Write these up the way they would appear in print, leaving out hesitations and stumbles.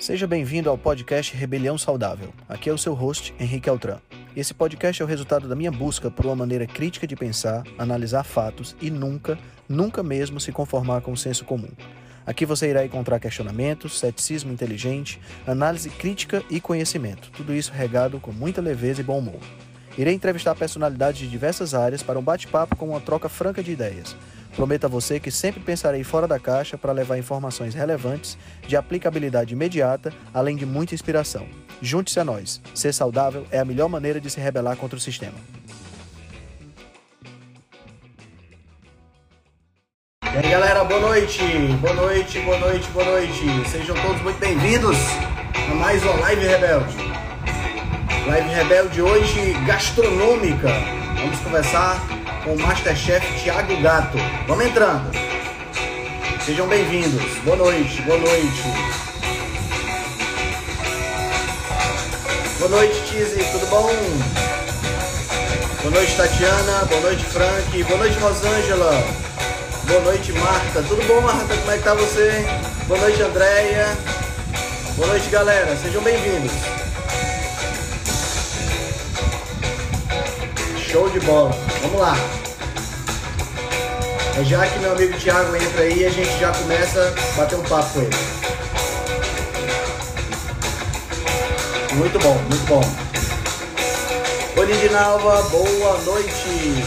Seja bem-vindo ao podcast Rebelião Saudável. Aqui é o seu host, Henrique Altran. Esse podcast é o resultado da minha busca por uma maneira crítica de pensar, analisar fatos e nunca mesmo se conformar com o senso comum. Aqui você irá encontrar questionamentos, ceticismo inteligente, análise crítica e conhecimento. Tudo isso regado com muita leveza e bom humor. Irei entrevistar personalidades de diversas áreas para um bate-papo com uma troca franca de ideias. Prometo a você que sempre pensarei fora da caixa para levar informações relevantes, de aplicabilidade imediata, além de muita inspiração. Junte-se a nós. Ser saudável é a melhor maneira de se rebelar contra o sistema. E aí, galera, boa noite. Boa noite. Sejam todos muito bem-vindos a mais uma Live Rebelde. Live Rebelde hoje gastronômica. Vamos conversar com o Masterchef Thiago Gatto. Vamos entrando. Sejam bem-vindos. Boa noite. Boa noite, Tizi. Tudo bom? Boa noite, Tatiana. Boa noite, Frank. Boa noite, Rosângela. Boa noite, Marta. Tudo bom, Marta? Como é que tá você? Boa noite, Andréia. Boa noite, galera. Sejam bem-vindos. Show de bola. Vamos lá. Já que meu amigo Thiago entra aí, a gente já começa a bater um papo com ele. Muito bom. Oi, Lindinalva, boa noite.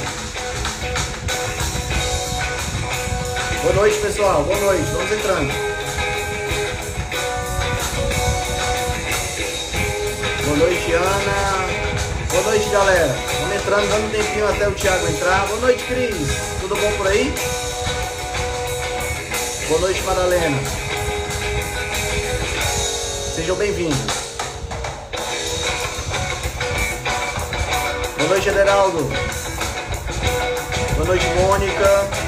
Boa noite, pessoal. Boa noite. Vamos entrando. Boa noite, Ana. Boa noite, galera. Vamos entrando, dando um tempinho até o Thiago entrar. Boa noite, Cris. Tudo bom por aí? Boa noite, Madalena. Sejam bem-vindos. Boa noite, Ederaldo. Boa noite, Mônica.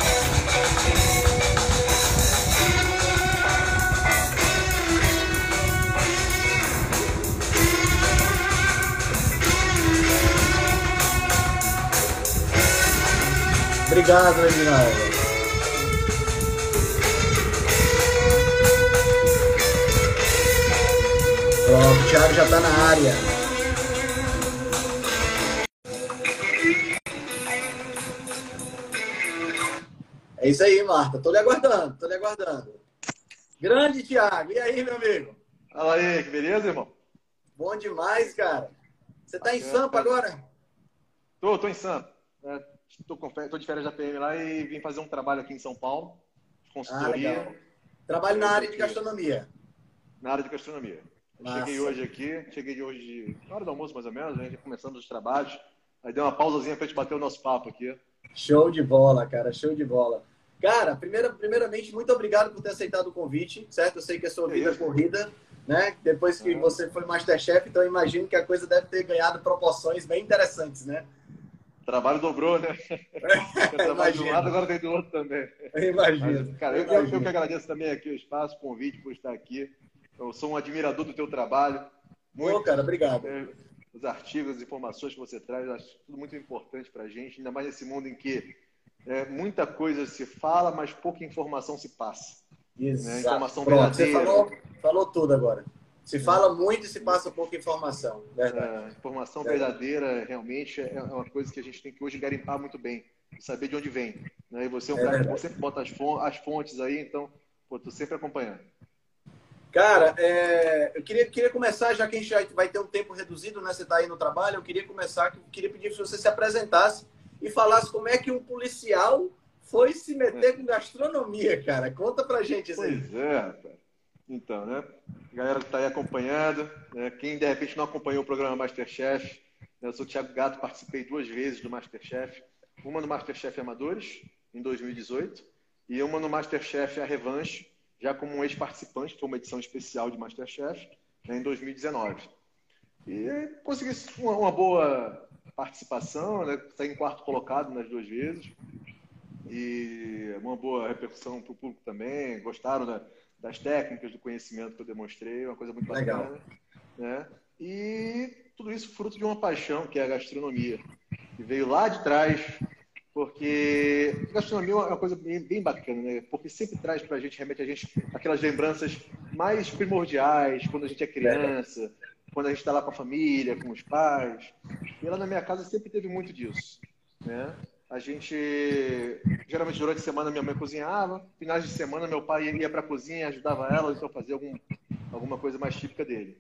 Obrigado, Edinaldo. Pronto, o Thiago já está na área. É isso aí, Marta. Tô lhe aguardando. Grande, Thiago. E aí, meu amigo? Fala aí, que beleza, irmão? Bom demais, cara. Você tá em Sampa agora? Tô em Sampa. Tô de férias da PM lá e vim fazer um trabalho aqui em São Paulo, consultoria. Legal. Trabalho na área de gastronomia. Na área de gastronomia. Cheguei hoje na hora do almoço, mais ou menos, a gente começando os trabalhos. Aí deu uma pausazinha pra gente bater o nosso papo aqui. Show de bola, cara, show de bola. Cara, primeiramente, muito obrigado por ter aceitado o convite, certo? Eu sei que a sua vida é corrida, né? Depois que você foi Masterchef, então eu imagino que a coisa deve ter ganhado proporções bem interessantes, né? O trabalho dobrou, né? Eu trabalho de um lado, agora tem do outro também. Eu imagino. Mas, cara, eu que agradeço também aqui o espaço, o convite por estar aqui. Eu sou um admirador do teu trabalho. Muito, cara, obrigado. Os artigos, as informações que você traz, eu acho tudo muito importante pra gente, ainda mais nesse mundo em que muita coisa se fala, mas pouca informação se passa. Exato. Né? Informação Pronto, verdadeira. você falou tudo agora. Se fala muito e se passa pouca informação. Verdade. Informação verdadeira, realmente, é uma coisa que a gente tem que hoje garimpar muito bem. Saber de onde vem. Né? E você é um cara que sempre bota as fontes aí, então, tô sempre acompanhando. Cara, eu queria começar, já que a gente já vai ter um tempo reduzido, né? Você está aí no trabalho, eu queria pedir que você se apresentasse e falasse como é que um policial foi se meter com gastronomia, cara. Conta pra gente isso aí. Pois é, cara. Então, né? Galera que está aí acompanhando, né? Quem de repente não acompanhou o programa Masterchef, né? Eu sou o Thiago Gatto, participei 2 vezes do Masterchef. Uma no Masterchef Amadores, em 2018, e uma no Masterchef A Revanche, já como um ex-participante, que foi uma edição especial de Masterchef, né, em 2019. E consegui uma boa participação, né, saí em 4º colocado nas 2 vezes, e uma boa repercussão para o público também, gostaram das técnicas, do conhecimento que eu demonstrei, uma coisa muito bacana. Né? E tudo isso fruto de uma paixão, que é a gastronomia, que veio lá de trás, Porque gastronomia é uma coisa bem bacana, né? Porque sempre traz pra gente, remete a gente aquelas lembranças mais primordiais, quando a gente é criança, quando a gente está lá com a família, com os pais. E lá na minha casa sempre teve muito disso, né? A gente, geralmente durante a semana minha mãe cozinhava, finais de semana meu pai ia para a cozinha, ajudava ela, então fazia alguma coisa mais típica dele.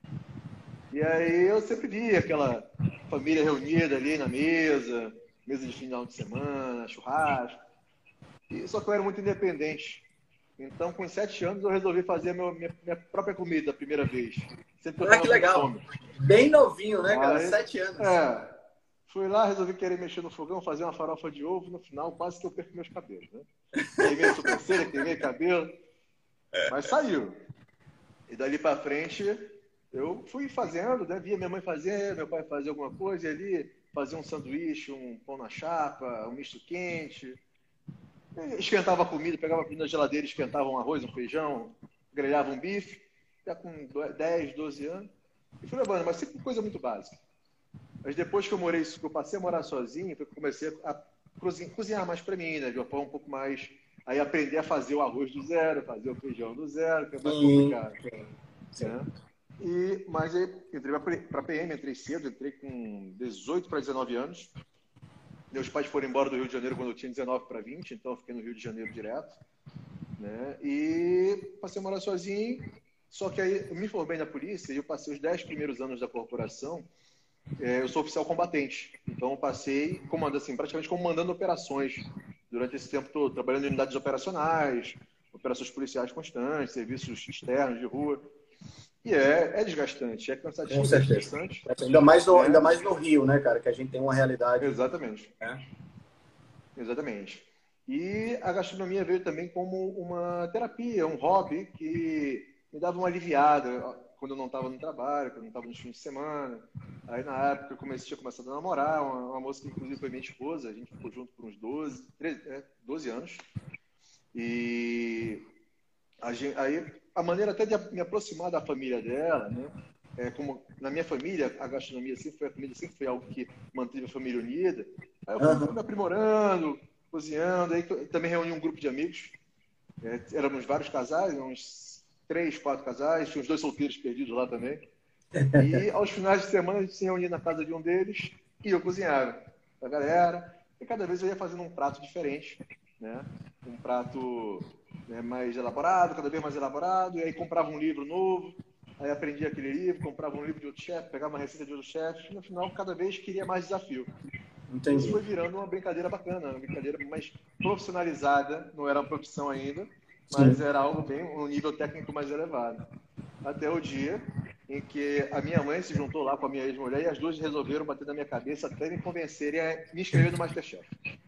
E aí eu sempre via aquela família reunida ali na mesa, mesa de final de semana, churrasco. E, só que eu era muito independente. Então, com 7 anos, eu resolvi fazer minha própria comida a primeira vez. Sempre que eu Ah, que estava com legal. fome. Bem novinho, né, cara? Aí, 7 anos. fui lá, resolvi querer mexer no fogão, fazer uma farofa de ovo. No final, quase que eu perco meus cabelos, né? Queimei a sobrancelha, queimei cabelo. Mas saiu. E dali pra frente, eu fui fazendo, né? Via minha mãe fazer, meu pai fazer alguma coisa, e ali fazia um sanduíche, um pão na chapa, um misto quente. Esquentava a comida, pegava a comida na geladeira, esquentava um arroz, um feijão, grelhava um bife, já com 10, 12 anos. E fui levando, mas sempre coisa muito básica. Mas depois que eu passei a morar sozinho, eu comecei a cozinhar mais para mim, né? De uma forma um pouco mais... Aí aprender a fazer o arroz do zero, fazer o feijão do zero, que é mais complicado. Né? Mas aí entrei para PM, entrei cedo, entrei com 18 para 19 anos. Meus pais foram embora do Rio de Janeiro quando eu tinha 19 para 20, então eu fiquei no Rio de Janeiro direto. Né? E passei a morar sozinho, só que aí eu me formei na polícia e eu passei os 10 primeiros anos da corporação. Eu sou oficial combatente, então eu passei assim, praticamente comandando operações durante esse tempo todo, trabalhando em unidades operacionais, operações policiais constantes, serviços externos de rua. E é desgastante, é cansativo, Com certeza. É desgastante. Ainda mais né? no Rio, né, cara? Que a gente tem uma realidade. Exatamente. Né? Exatamente. E a gastronomia veio também como uma terapia, um hobby que me dava uma aliviada quando eu não estava no trabalho, quando eu não estava nos fins de semana. Aí, na época, eu tinha começado a namorar uma moça que, inclusive, foi minha esposa. A gente ficou junto por uns 12 anos. E aí, a maneira até de me aproximar da família dela, né? Como na minha família, a gastronomia a comida sempre foi algo que manteve a família unida. Aí eu fui me aprimorando, cozinhando. Aí também reuni um grupo de amigos. Éramos vários casais, uns 3, 4 casais. Tinha uns 2 solteiros perdidos lá também. E aos finais de semana a gente se reunia na casa de um deles e eu cozinhava pra galera. E cada vez eu ia fazendo um prato diferente, né? Um prato mais elaborado, cada vez mais elaborado. E aí comprava um livro novo, aí aprendia aquele livro, comprava um livro de outro chefe, pegava uma receita de outro chefe. E no final, cada vez queria mais desafio. Entendi. Isso foi virando uma brincadeira bacana, uma brincadeira mais profissionalizada. Não era uma profissão ainda, mas era algo bem, um nível técnico mais elevado. Até o dia em que a minha mãe se juntou lá com a minha ex-mulher e as duas resolveram bater na minha cabeça até me convencerem a me inscrever no MasterChef.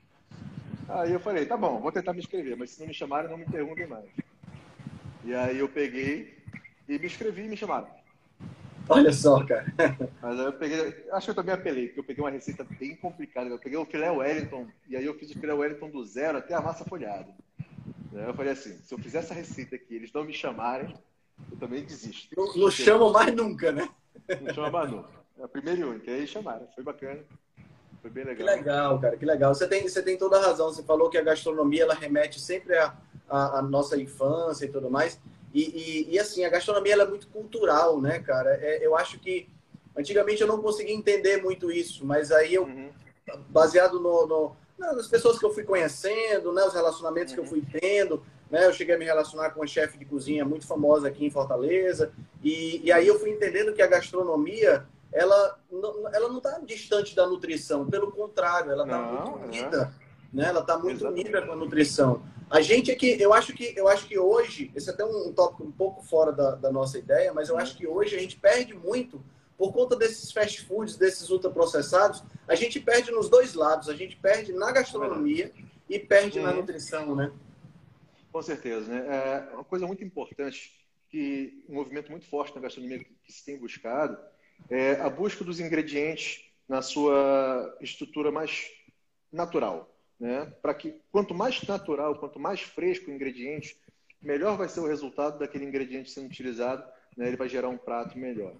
Aí eu falei, tá bom, vou tentar me inscrever, mas se não me chamarem, não me perguntem mais. E aí eu peguei e me inscrevi e me chamaram. Olha só, cara. Mas aí eu peguei, acho que eu também apelei, porque eu peguei uma receita bem complicada. Eu peguei o filé Wellington, e aí eu fiz o filé Wellington do zero até a massa folhada. Aí eu falei assim, se eu fizer essa receita aqui, eles não me chamarem, eu também desisto. Não chamam mais nunca, né? Não chama mais nunca. É a primeira e única. Aí chamaram. Foi bacana. Foi bem legal. Que legal, cara. Que legal. Você tem toda a razão. Você falou que a gastronomia, ela remete sempre à nossa infância e tudo mais. E assim, a gastronomia, ela é muito cultural, né, cara? Eu acho que, antigamente, eu não conseguia entender muito isso. Mas aí eu, baseado nas pessoas que eu fui conhecendo, né, os relacionamentos que eu fui tendo, né, eu cheguei a me relacionar com uma chefe de cozinha muito famosa aqui em Fortaleza, e aí eu fui entendendo que a gastronomia, ela não está distante da nutrição, pelo contrário, ela está muito unida, né, ela está muito unida com a nutrição. A gente aqui, eu acho que hoje, esse é até um tópico um pouco fora da nossa ideia, mas eu acho que hoje a gente perde muito por conta desses fast foods, desses ultraprocessados. A gente perde nos dois lados. A gente perde na gastronomia e perde na nutrição, né? Com certeza, né? É uma coisa muito importante, que um movimento muito forte na gastronomia que se tem buscado, é a busca dos ingredientes na sua estrutura mais natural, né? Para que quanto mais natural, quanto mais fresco o ingrediente, melhor vai ser o resultado daquele ingrediente sendo utilizado, né? Ele vai gerar um prato melhor.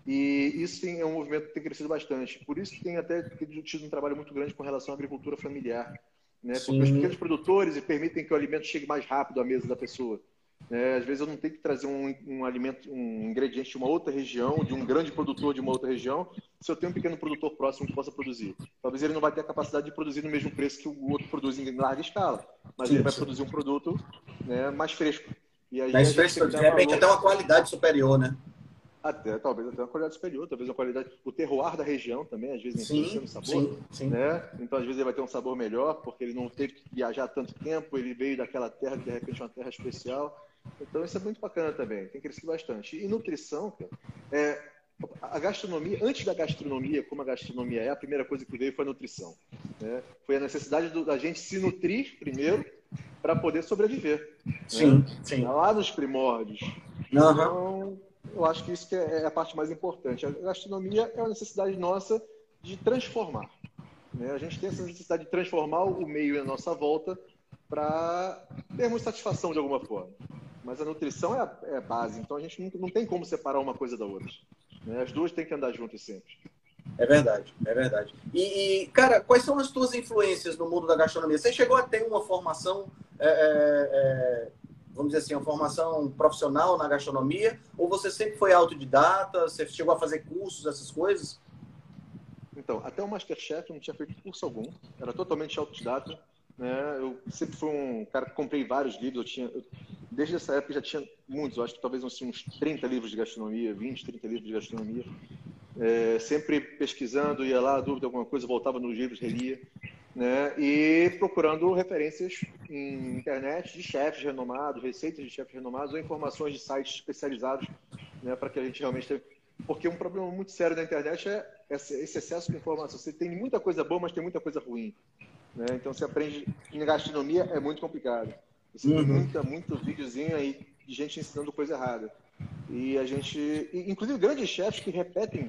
E isso é um movimento que tem crescido bastante. Por isso que tem até tido um trabalho muito grande com relação à agricultura familiar, né? Porque os pequenos produtores permitem que o alimento chegue mais rápido à mesa da pessoa. Às vezes eu não tenho que trazer um alimento, um ingrediente de uma outra região, de um grande produtor de uma outra região, se eu tenho um pequeno produtor próximo que possa produzir. Talvez ele não vai ter a capacidade de produzir no mesmo preço que o outro produz em larga escala, mas ele vai produzir um produto, né, mais fresco. E aí mais fresco, de repente até uma qualidade superior, né? Talvez até uma qualidade superior, talvez uma qualidade... O terroir da região também, às vezes, influencia no sabor. Sim. Né? Então, às vezes, ele vai ter um sabor melhor, porque ele não teve que viajar tanto tempo, ele veio daquela terra que, de repente, é uma terra especial. Então, isso é muito bacana também, tem crescido bastante. E nutrição, cara, a gastronomia, antes da gastronomia, como a gastronomia é, a primeira coisa que veio foi a nutrição. Né? Foi a necessidade da gente se nutrir primeiro para poder sobreviver. Sim. Lá nos primórdios. Então, eu acho que isso que é a parte mais importante. A gastronomia é uma necessidade nossa de transformar. Né? A gente tem essa necessidade de transformar o meio à nossa volta para termos satisfação de alguma forma. Mas a nutrição é a base, então a gente não tem como separar uma coisa da outra. Né? As duas têm que andar juntas sempre. É verdade. E, cara, quais são as tuas influências no mundo da gastronomia? Você chegou a ter uma formação, vamos dizer assim, uma formação profissional na gastronomia? Ou você sempre foi autodidata? Você chegou a fazer cursos, essas coisas? Então, até o MasterChef eu não tinha feito curso algum. Era totalmente autodidata. Né? Eu sempre fui um cara que comprei vários livros. Desde essa época já tinha muitos. Eu acho que talvez uns 30 livros de gastronomia, 20, 30 livros de gastronomia. Sempre pesquisando, ia lá, dúvida, alguma coisa, voltava nos livros, relia. Né? E procurando referências em internet de chefes renomados, receitas de chefes renomados ou informações de sites especializados, né? Para que a gente realmente tenha... Porque um problema muito sério da internet é esse excesso de informação. Você tem muita coisa boa, mas tem muita coisa ruim. Né? Então, você aprende... Em gastronomia é muito complicado. Você tem muito videozinho aí de gente ensinando coisa errada. E a gente... Inclusive, grandes chefes que repetem,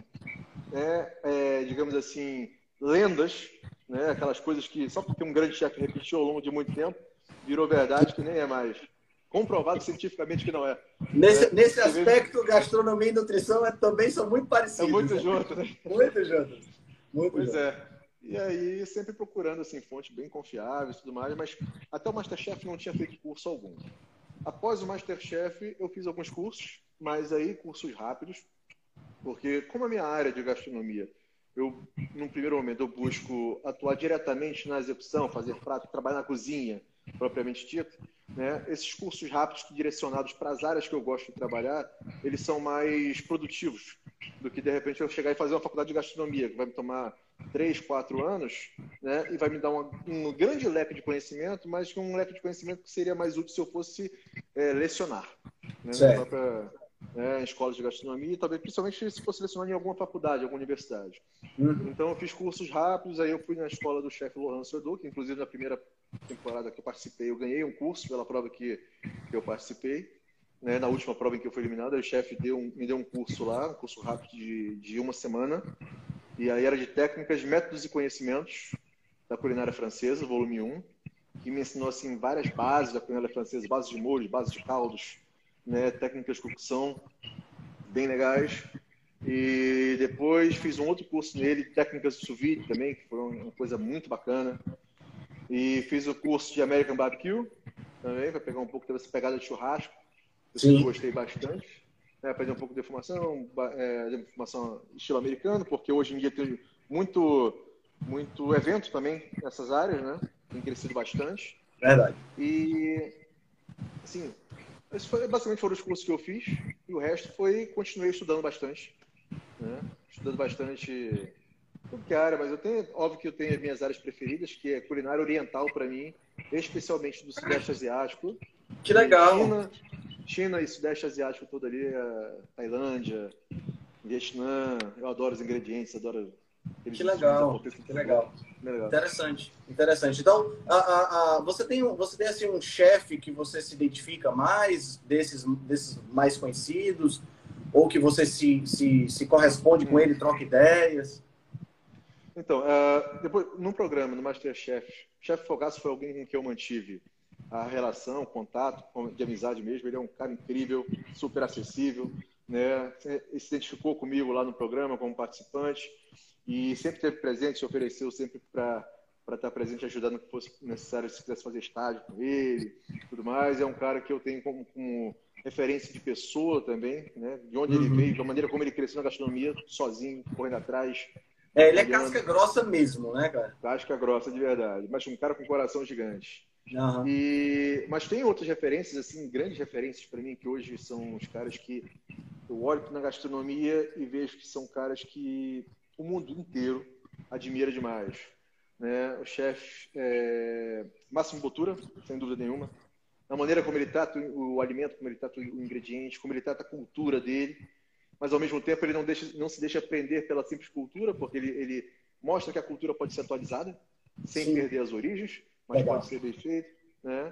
digamos assim, lendas, né? Aquelas coisas que só porque um grande chefe repetiu ao longo de muito tempo, virou verdade, que nem é mais. Comprovado cientificamente que não é. Nesse aspecto, gastronomia e nutrição também são muito parecidos. É muito junto, né? Muito juntos. Pois é. E aí, sempre procurando assim, fontes bem confiáveis e tudo mais, mas até o MasterChef não tinha feito curso algum. Após o MasterChef, eu fiz alguns cursos, mas aí cursos rápidos, porque como a minha área de gastronomia, num primeiro momento, eu busco atuar diretamente na execução, fazer prato, trabalhar na cozinha, propriamente dito, né? Esses cursos rápidos direcionados para as áreas que eu gosto de trabalhar, eles são mais produtivos do que, de repente, eu chegar e fazer uma faculdade de gastronomia, que vai me tomar 3, 4 anos, né? E vai me dar um grande leque de conhecimento, mas um leque de conhecimento que seria mais útil se eu fosse lecionar, né? Em escolas de gastronomia, e talvez principalmente se fosse lecionar em alguma faculdade, alguma universidade. Então eu fiz cursos rápidos, aí eu fui na escola do chefe Laurent Serdou, que inclusive na primeira temporada que eu participei, eu ganhei um curso pela prova que eu participei. Né? Na última prova em que eu fui eliminado, o chefe me deu um curso lá, um curso rápido de uma semana, e aí era de técnicas, métodos e conhecimentos da culinária francesa, volume 1, que me ensinou assim, várias bases da culinária francesa, bases de molhos, bases de caldos, né, técnicas de cocção bem legais. E depois fiz um outro curso nele, técnicas de sous vide também, que foi uma coisa muito bacana. E fiz o curso de American Barbecue também, para pegar um pouco dessa pegada de churrasco. Eu gostei bastante. Aprender um pouco de defumação estilo americano, porque hoje em dia tem muito evento também nessas áreas, né? Tem crescido bastante. Verdade. E, assim, basicamente foram os cursos que eu fiz, e o resto continuei estudando bastante, né? Estudando bastante tudo que é área, mas óbvio que eu tenho as minhas áreas preferidas, que é culinária oriental para mim, especialmente do Sudeste Asiático. Que legal! China e Sudeste Asiático todo ali, Tailândia, Vietnã, eu adoro os ingredientes, adoro... Que legal, que legal. Interessante. Então, você tem assim, um chefe que você se identifica mais, desses mais conhecidos, ou que você se corresponde com ele, troca ideias? Então, depois, num programa, no MasterChef, o chefe Fogaça foi alguém com quem eu mantive a relação, contato, de amizade mesmo. Ele é um cara incrível, super acessível, né? Ele se identificou comigo lá no programa como participante e sempre esteve presente, se ofereceu sempre para estar presente, ajudando no que fosse necessário, se quisesse fazer estágio com ele, tudo mais. É um cara que eu tenho como referência de pessoa também, né? De onde ele veio, da maneira como ele cresceu na gastronomia, sozinho, correndo atrás, Ele é batalhando. casca grossa mesmo, né, cara? Casca grossa de verdade, mas um cara com coração gigante. Uhum. Mas tem outras referências, assim, grandes referências para mim, que hoje são os caras que eu olho na gastronomia e vejo que são caras que o mundo inteiro admira demais, né? O chefe Máximo Bottura, sem dúvida nenhuma. A maneira como ele trata o alimento, como ele trata o ingrediente, como ele trata a cultura dele, mas ao mesmo tempo ele não se deixa prender pela simples cultura, porque ele mostra que a cultura pode ser atualizada, sem Sim. perder as origens, mas Legal. pode ser bem feito, né?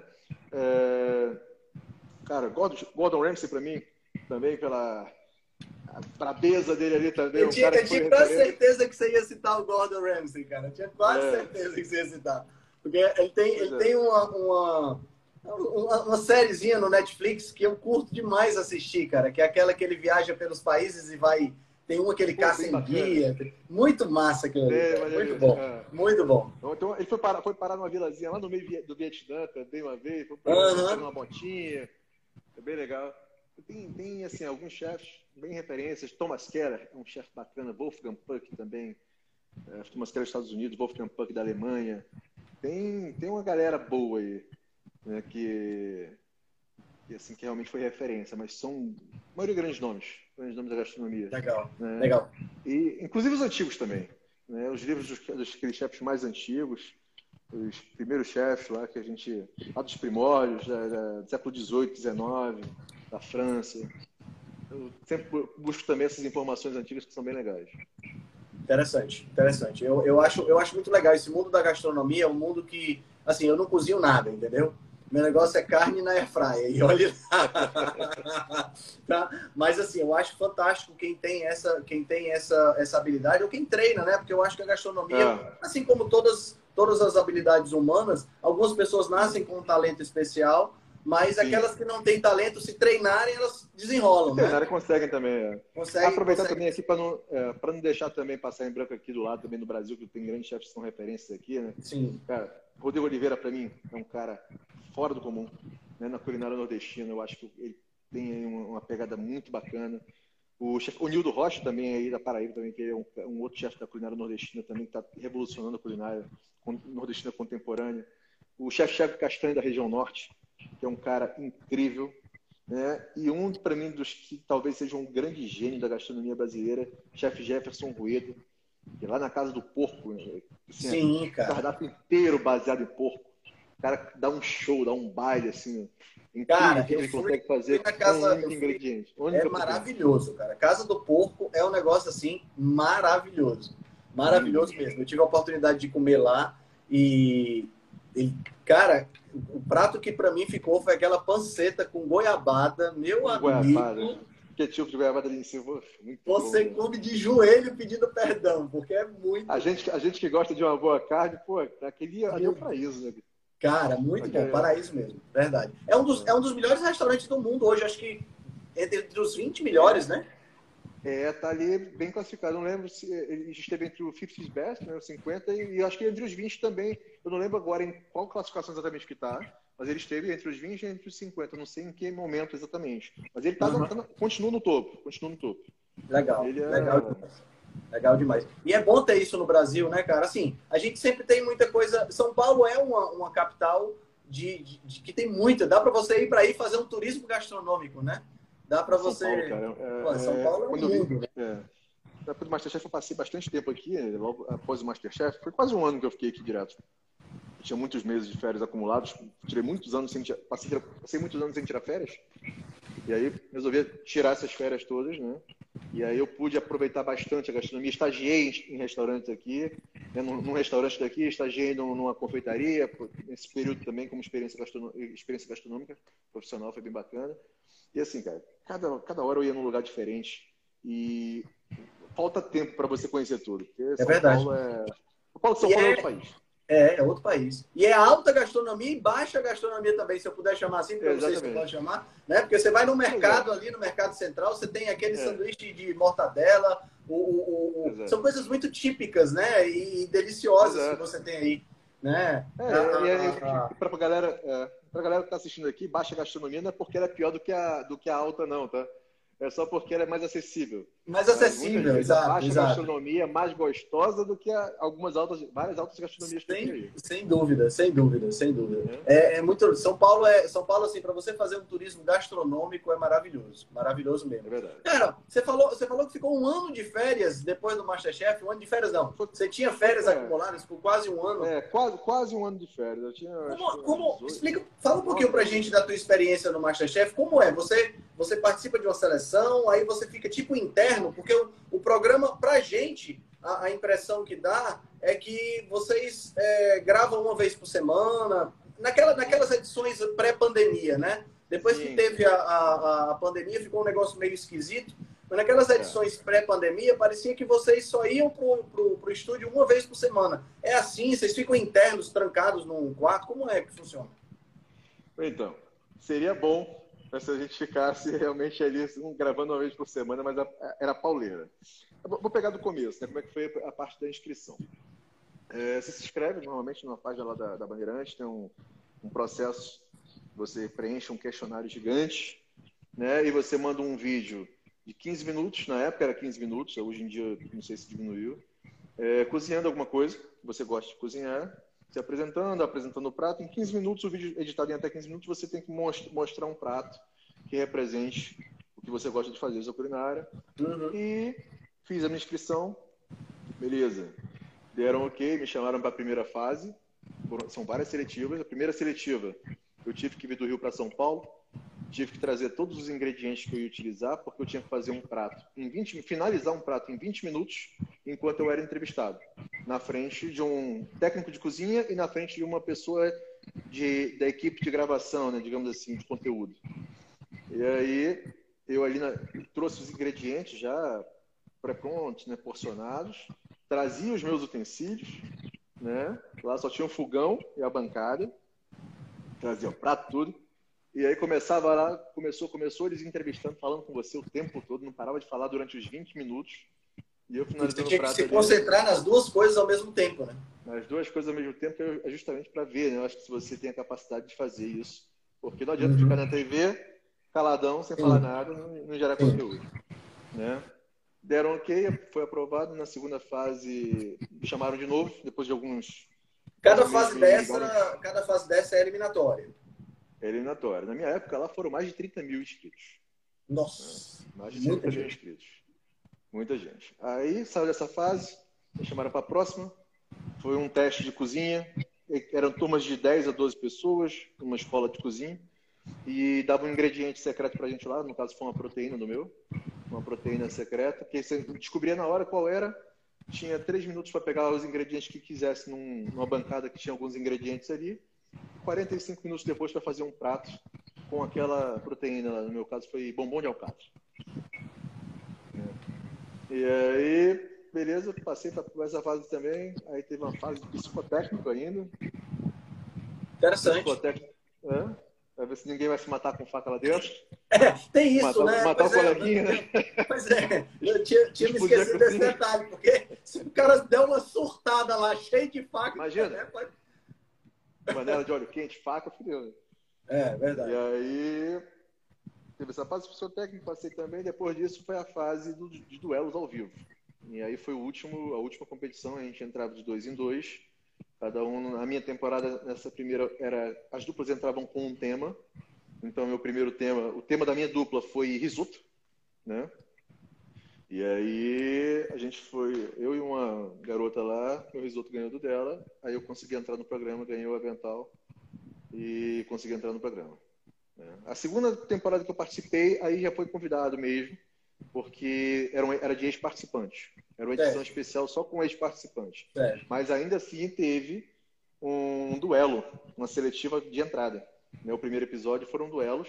Cara, Gordon Ramsay para mim, também pela brabeza dele ali também, Eu tinha quase certeza que você ia citar o Gordon Ramsay, cara. Eu tinha quase certeza que você ia citar. Porque ele tem uma sériezinha no Netflix que eu curto demais assistir, cara, que é aquela que ele viaja pelos países e vai... Tem uma que ele caça em guia. Muito massa aquilo ali. Muito bom. Muito bom. Então, ele foi parar numa vilazinha lá no meio do Vietnã também uma vez. Foi fazer uma botinha. É bem legal. Tem assim, alguns chefes bem referências. Thomas Keller é um chefe bacana. Wolfgang Puck também. Thomas Keller dos Estados Unidos. Wolfgang Puck da Alemanha. Tem uma galera boa aí, né, que realmente foi referência, mas são a maioria grandes nomes da gastronomia. Legal, né? legal. E, inclusive os antigos também. Né? Os livros daqueles chefes mais antigos, os primeiros chefes lá, que a gente... Lá dos primórdios, do século XVIII, XIX, da França. Eu sempre busco também essas informações antigas que são bem legais. Interessante, interessante. Eu acho muito legal. Esse mundo da gastronomia é um mundo que, assim, eu não cozinho nada, entendeu? Meu negócio é carne na airfryer. E olha lá. Tá? Mas, assim, eu acho fantástico quem tem essa habilidade, ou quem treina, né? Porque eu acho que a gastronomia, assim como todas as habilidades humanas, algumas pessoas nascem com um talento especial, mas aquelas que não têm talento, se treinarem, elas desenrolam, né? Treinarem conseguem também. Aproveitar também aqui para não deixar também passar em branco aqui do lado também no Brasil, que tem grandes chefes que são referências aqui, né? Sim. Cara, Rodrigo Oliveira, para mim, é um cara fora do comum, né? Na culinária nordestina. Eu acho que ele tem aí uma pegada muito bacana. O Nildo Rocha também, aí da Paraíba, também, que é um outro chefe da culinária nordestina também, que está revolucionando a culinária nordestina contemporânea. O chefe Thiago Castanho, da região norte, que é um cara incrível, né? E para mim, dos que talvez seja um grande gênio da gastronomia brasileira, chefe Jefferson Ruedo, que lá na Casa do Porco, né? Assim, sim, cara. O cardápio inteiro baseado em porco. O cara dá um show, dá um baile, assim, incrível, cara, que ele consegue fazer com um único ingrediente. É maravilhoso, cara. Casa do Porco é um negócio, assim, maravilhoso. Maravilhoso mesmo. Eu tive a oportunidade de comer lá e cara, o prato que pra mim ficou foi aquela panceta com goiabada, meu amigo. Goiabada. Ketchup de goiabada ali em cima. Muito você bom, come de joelho pedindo perdão, porque é muito... A gente que gosta de uma boa carne, pô, aquele ali é o paraíso, né? Cara, muito bom. Paraíso mesmo. Verdade. É um dos melhores restaurantes do mundo hoje. Acho que entre os 20 melhores, né? Tá ali bem classificado. Eu não lembro se ele esteve entre o 50's Best, né, os 50, e acho que entre os 20 também. Eu não lembro agora em qual classificação exatamente que está, mas ele esteve entre os 20 e entre os 50. Eu não sei em que momento exatamente. Mas ele continua no topo. Legal. Legal demais. E é bom ter isso no Brasil, né, cara? Assim, a gente sempre tem muita coisa... São Paulo é uma capital que tem muita... Dá para você ir para aí fazer um turismo gastronômico, né? Dá para você... São Paulo é um mundo, né? Depois do Masterchef eu passei bastante tempo aqui, logo após o Masterchef. Foi quase um ano que eu fiquei aqui direto. Eu tinha muitos meses de férias acumulados. Passei muitos anos sem tirar férias. E aí resolvi tirar essas férias todas, né? E aí eu pude aproveitar bastante a gastronomia. Estagiei em restaurantes aqui, né? Num restaurante daqui, estagiei numa confeitaria, nesse período também como experiência gastronômica profissional, foi bem bacana. E assim, cara, cada hora eu ia num lugar diferente e falta tempo para você conhecer tudo. Porque São verdade. Paulo é outro país. É outro país. E é alta gastronomia e baixa gastronomia também, se eu puder chamar assim, para vocês que podem chamar, né? Porque você vai no mercado ali, no mercado central, você tem aquele sanduíche de mortadela, são coisas muito típicas, né? E deliciosas que você tem aí, né? Para a galera que está assistindo aqui, baixa gastronomia não é porque ela é pior do que a alta, não, tá? É só porque ela é mais acessível. Mais acessível, exato. A baixa gastronomia é mais gostosa do que várias altas gastronomias que tem aí. Sem dúvida, sem dúvida, sem dúvida. É muito. São Paulo, assim, para você fazer um turismo gastronômico é maravilhoso. Maravilhoso mesmo. É verdade. Cara, você falou que ficou um ano de férias depois do MasterChef. Um ano de férias, não. Você tinha férias acumuladas por quase um ano. Quase um ano de férias. Eu tinha, fala um pouquinho pra gente da tua experiência no MasterChef. Como é? Você participa de uma seleção, aí você fica tipo interno, porque o programa, pra gente, a impressão que dá é que vocês gravam uma vez por semana, naquelas edições pré-pandemia, né? Depois que teve a pandemia, ficou um negócio meio esquisito. Mas naquelas edições pré-pandemia, parecia que vocês só iam pro estúdio uma vez por semana. É assim? Vocês ficam internos, trancados num quarto? Como é que funciona? Então, seria bom se a gente ficasse realmente ali gravando uma vez por semana, mas era pauleira. Vou pegar do começo, né? Como é que foi a parte da inscrição. Você se inscreve normalmente numa página lá da Bandeirantes, tem um processo, você preenche um questionário gigante, né? E você manda um vídeo de 15 minutos, na época era 15 minutos, hoje em dia não sei se diminuiu, cozinhando alguma coisa que você gosta de cozinhar, se apresentando o prato. Em 15 minutos, o vídeo editado em até 15 minutos, você tem que mostrar um prato que represente o que você gosta de fazer, sua culinária. E fiz a minha inscrição, beleza. Deram ok, me chamaram para a primeira fase. São várias seletivas. A primeira seletiva, eu tive que vir do Rio para São Paulo. Tive que trazer todos os ingredientes que eu ia utilizar, porque eu tinha que fazer um prato finalizar um prato em 20 minutos, enquanto eu era entrevistado, na frente de um técnico de cozinha e na frente de uma pessoa da equipe de gravação, né, digamos assim, de conteúdo. E aí, eu ali trouxe os ingredientes já pré-prontos, né, porcionados, trazia os meus utensílios, né, lá só tinha um fogão e a bancada, trazia o prato, tudo. E aí começou eles entrevistando, falando com você o tempo todo, não parava de falar durante os 20 minutos. E eu finalizando o prato. Você tinha que se concentrar nas duas coisas ao mesmo tempo, né? Nas duas coisas ao mesmo tempo é justamente para ver, né? Eu acho que se você tem a capacidade de fazer isso. Porque não adianta ficar na TV, caladão, sem falar nada, não gerar conteúdo. Né? Deram ok, foi aprovado. Na segunda fase, me chamaram de novo, depois de alguns... Cada fase dessa é eliminatória. Eliminatória. Na minha época, lá foram mais de 30 mil inscritos. Nossa! Mais de 30 mil inscritos. Muita gente. Aí, saiu dessa fase, me chamaram para a próxima. Foi um teste de cozinha. Eram turmas de 10 a 12 pessoas, uma escola de cozinha. E dava um ingrediente secreto para a gente lá. No caso, foi uma proteína do meu. Uma proteína secreta. Que você descobria na hora qual era. Tinha 3 minutos para pegar os ingredientes que quisesse numa bancada que tinha alguns ingredientes ali. 45 minutos depois para fazer um prato com aquela proteína. No meu caso, foi bombom de alcatra. E aí, beleza, passei para essa fase também. Aí teve uma fase de psicotécnico ainda. Interessante. Psicotécnico, para ver se ninguém vai se matar com faca lá dentro. Tem isso, né? Matar o coleguinha, né? Pois é, eu tinha me esquecido desse detalhe, porque se o cara der uma surtada lá, cheio de faca... Imagina. Panela de óleo quente, faca, fudeu. Verdade. E aí, teve essa fase psicotécnica, passei também. Depois disso, foi a fase de duelos ao vivo. E aí foi a última competição. A gente entrava de 2 em 2. Cada um, na minha temporada, nessa primeira, as duplas entravam com um tema. Então, o tema da minha dupla foi risoto, né? E aí, eu e uma garota lá, meu risoto ganhou do dela, aí eu consegui entrar no programa, ganhei o avental e consegui entrar no programa. Né? A segunda temporada que eu participei, aí já foi convidado mesmo, porque era de ex-participantes. Era uma edição especial só com ex-participantes. Mas ainda assim teve um duelo, uma seletiva de entrada. Meu primeiro episódio foram duelos.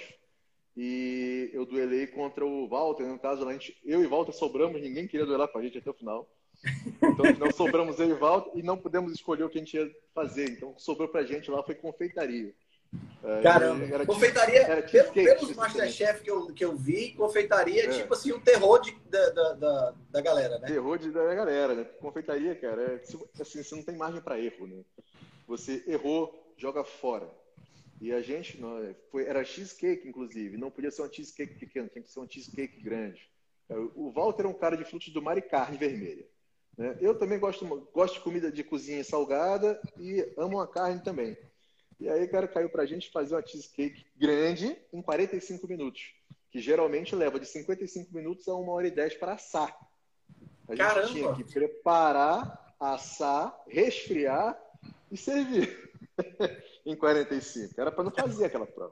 E eu duelei contra o Walter, no caso, eu e o Walter sobramos, ninguém queria duelar com a gente até o final. Então, no final, sobramos eu e o Walter e não pudemos escolher o que a gente ia fazer. Então, sobrou pra gente lá foi confeitaria. Caramba, Era confeitaria, era cheesecake, pelos Masterchef que eu vi, confeitaria é tipo assim, o terror da galera, né? Terror da galera, né? Confeitaria, cara, assim, você não tem margem para erro, né? Você errou, joga fora. E a gente, era cheesecake, inclusive, não podia ser uma cheesecake pequena, tinha que ser uma cheesecake grande. O Walter é um cara de frutos do mar e carne vermelha. Né? Eu também gosto de comida de cozinha salgada e amo a carne também. E aí, cara, caiu pra gente fazer uma cheesecake grande em 45 minutos, que geralmente leva de 55 minutos a 1h10 para assar. A gente tinha que preparar, assar, resfriar e servir em 45. Era para não fazer aquela prova.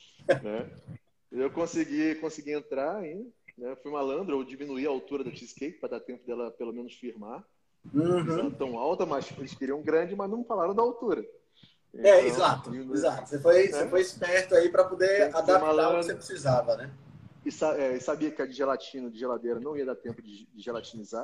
Né? Eu consegui entrar ainda, né? Fui malandro, eu diminuí a altura da cheesecake para dar tempo dela pelo menos firmar. Não era tão alta, mas eles queriam grande, mas não falaram da altura. Então, exato. Você foi esperto aí para poder adaptar o que você precisava, né? E sabia que a de gelatina, de geladeira, não ia dar tempo de gelatinizar,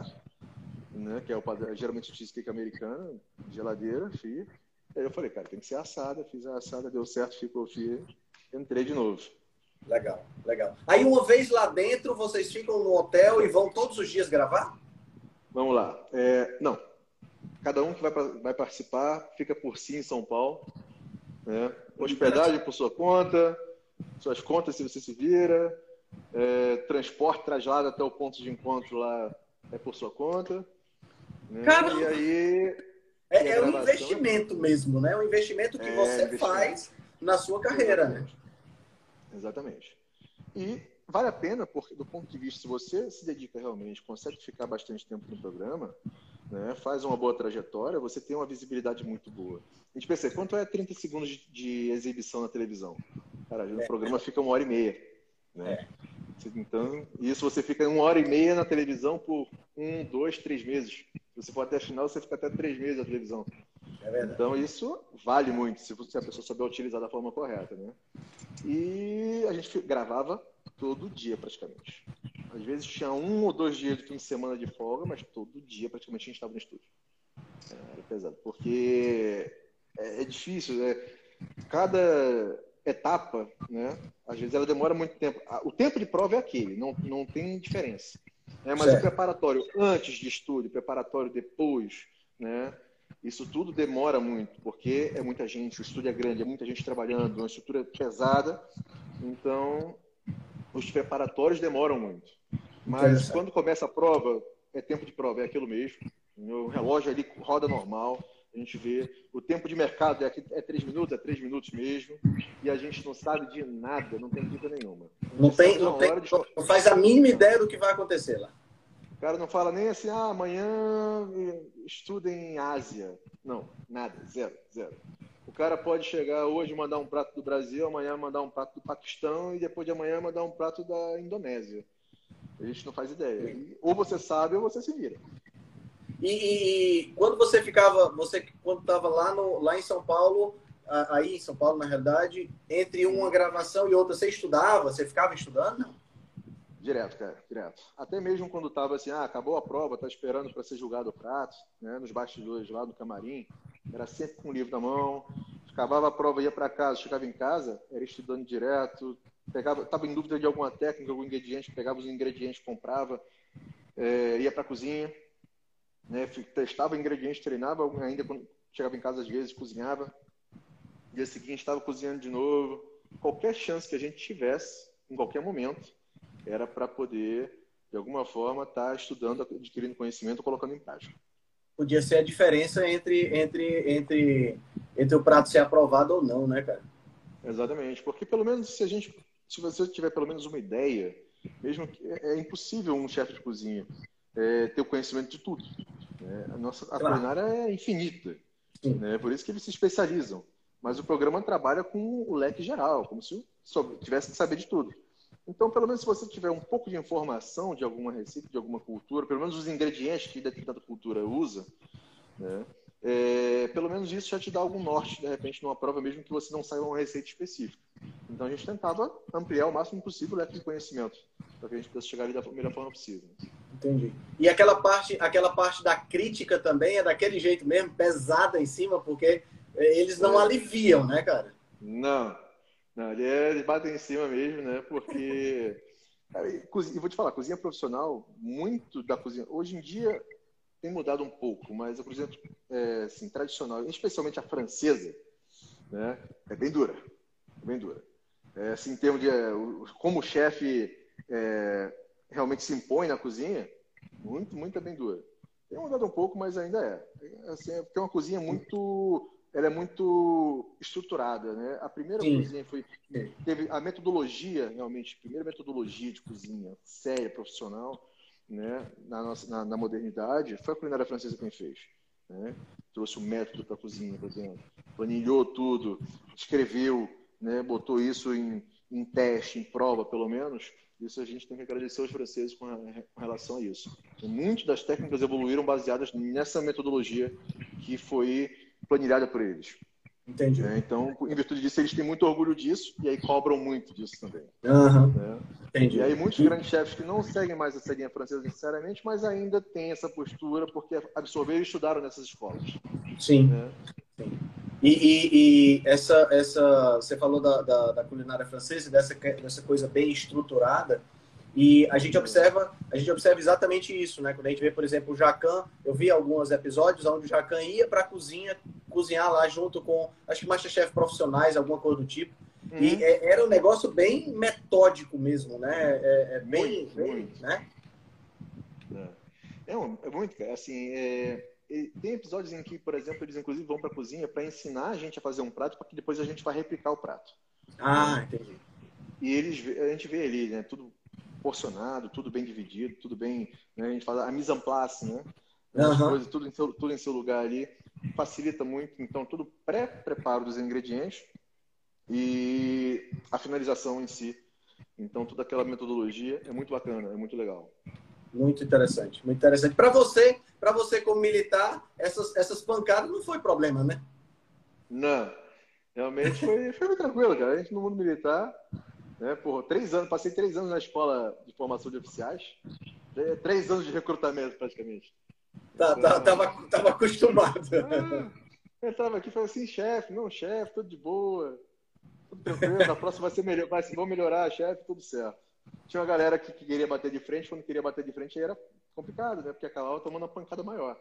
né? Que é geralmente o cheesecake americano, de geladeira, fia. Aí eu falei, cara, tem que ser assada. Fiz a assada, deu certo, ficou fia. Entrei de novo. Legal. Aí uma vez lá dentro, vocês ficam no hotel e vão todos os dias gravar? Vamos lá. Não. Cada um que vai participar fica por si em São Paulo. Né? Hospedagem por sua conta, suas contas se você se vira, transporte, traslado até o ponto de encontro lá é por sua conta. Né? Caramba. E aí... É um investimento mesmo, né? Um investimento que você faz na sua carreira, né? Exatamente. E vale a pena, porque do ponto de vista, se você se dedica realmente, consegue ficar bastante tempo no programa, né, faz uma boa trajetória, você tem uma visibilidade muito boa. A gente pensa, quanto é 30 segundos de exibição na televisão? Cara, o programa fica 1h30. Né? Então, isso você fica 1h30 na televisão por 1, 2, 3 meses. Se você for até a final, você fica até 3 meses na televisão. Então, isso vale muito, se a pessoa souber utilizar da forma correta. Né? E a gente gravava todo dia, praticamente. Às vezes tinha 1 ou 2 dias de fim de semana de folga, mas todo dia, praticamente, a gente estava no estúdio. Era pesado, porque é difícil. Cada etapa, né? Às vezes ela demora muito tempo. O tempo de prova é aquele, não tem diferença. Mas o preparatório antes de estúdio, preparatório depois, né? Isso tudo demora muito, porque é muita gente, o estúdio é grande, é muita gente trabalhando, uma estrutura pesada, então os preparatórios demoram muito. Mas quando começa a prova, é tempo de prova, é aquilo mesmo. O relógio ali roda normal, a gente vê. O tempo de mercado é 3 minutos, é 3 minutos mesmo, e a gente não sabe de nada, não tem dica nenhuma. Não faz a mínima ideia do que vai acontecer lá. O cara não fala nem assim, amanhã estuda em Ásia. Não, nada, zero. O cara pode chegar hoje e mandar um prato do Brasil, amanhã mandar um prato do Paquistão e depois de amanhã mandar um prato da Indonésia. A gente não faz ideia. Ou você sabe ou você se vira. E quando quando estava lá em São Paulo, aí em São Paulo, na realidade, entre uma gravação e outra, você estudava? Você ficava estudando? Não? Direto, cara, direto. Até mesmo quando tava assim, acabou a prova, tá esperando para ser julgado o prato, né, nos bastidores lá do camarim, era sempre com o livro na mão, acabava a prova, ia para casa, chegava em casa, era estudando direto, tava em dúvida de alguma técnica, algum ingrediente, pegava os ingredientes, comprava, ia para a cozinha, né, testava ingredientes, treinava, ainda quando chegava em casa às vezes, cozinhava, dia seguinte estava cozinhando de novo, qualquer chance que a gente tivesse, em qualquer momento, era para poder, de alguma forma, estar estudando, adquirindo conhecimento, colocando em prática. Podia ser a diferença entre o prato ser aprovado ou não, né, cara? Exatamente, porque pelo menos se você tiver pelo menos uma ideia, mesmo que é impossível um chefe de cozinha ter o conhecimento de tudo. Né? A culinária é infinita, né? Por isso que eles se especializam. Mas o programa trabalha com o leque geral, como se tivesse que saber de tudo. Então, pelo menos se você tiver um pouco de informação de alguma receita, de alguma cultura, pelo menos os ingredientes que determinada cultura usa, né, pelo menos isso já te dá algum norte, de repente, numa prova, mesmo que você não saiba uma receita específica. Então, a gente tentava ampliar o máximo possível o leque de conhecimento, para que a gente pudesse chegar ali da melhor forma possível. Entendi. E aquela parte da crítica também é daquele jeito mesmo, pesada em cima, porque eles não aliviam, né, cara? Não, não, eles batem em cima mesmo, né? Porque, cara, e vou te falar, cozinha profissional, muito da cozinha, hoje em dia tem mudado um pouco, mas a cozinha assim, tradicional, especialmente a francesa, né? É bem dura, é bem dura. Assim, em termos de como o chefe realmente se impõe na cozinha, muito é bem dura. Tem mudado um pouco, mas ainda é. Assim, porque é uma cozinha ela é muito estruturada, né? A primeira Sim. cozinha teve a metodologia, realmente, a primeira metodologia de cozinha séria, profissional, né? Na modernidade, foi a culinária francesa quem fez, né? Trouxe o método para a cozinha para dentro, planilhou tudo, escreveu, né? Botou isso em teste, em prova, pelo menos. Isso a gente tem que agradecer aos franceses com relação a isso. E muitas das técnicas evoluíram baseadas nessa metodologia que foi planilhada por eles. Entendi. Então, em virtude disso, eles têm muito orgulho disso e aí cobram muito disso também. Uhum. Né? Entendi. E aí muitos grandes chefes que não seguem mais essa linha francesa necessariamente, mas ainda têm essa postura porque absorveram e estudaram nessas escolas. Sim. Né? Sim. E você falou da culinária francesa, dessa coisa bem estruturada, e a gente observa exatamente isso, né? Quando a gente vê, por exemplo, o Jacan, eu vi alguns episódios onde o Jacan ia para a cozinha cozinhar lá junto com, acho que MasterChef profissionais, alguma coisa do tipo. E era um negócio bem metódico mesmo, né? Muito. né? É muito, cara. Assim, tem episódios em que, por exemplo, eles inclusive vão para a cozinha para ensinar a gente a fazer um prato para que depois a gente vá replicar o prato. Ah, entendi. E a gente vê ali, né? Tudo porcionado, tudo bem dividido, tudo bem, né, a gente fala a mise en place, né? As coisas, tudo em seu lugar ali, facilita muito. Então, tudo pré-preparo dos ingredientes e a finalização em si. Então, toda aquela metodologia é muito bacana, é muito legal. Muito interessante, muito interessante. Para você como militar, essas pancadas não foi problema, né? Não, realmente foi muito tranquilo, cara. A gente no mundo militar, né, passei 3 anos na escola de formação de oficiais, 3 anos de recrutamento praticamente. Tava acostumado. Eu tava aqui e falei assim, chefe, tudo de boa, tudo tranquilo, na próxima vai ser melhor, vão melhorar, chefe, tudo certo. Tinha uma galera que queria bater de frente, quando queria bater de frente aí era complicado, né? Porque acabava tomando uma pancada maior.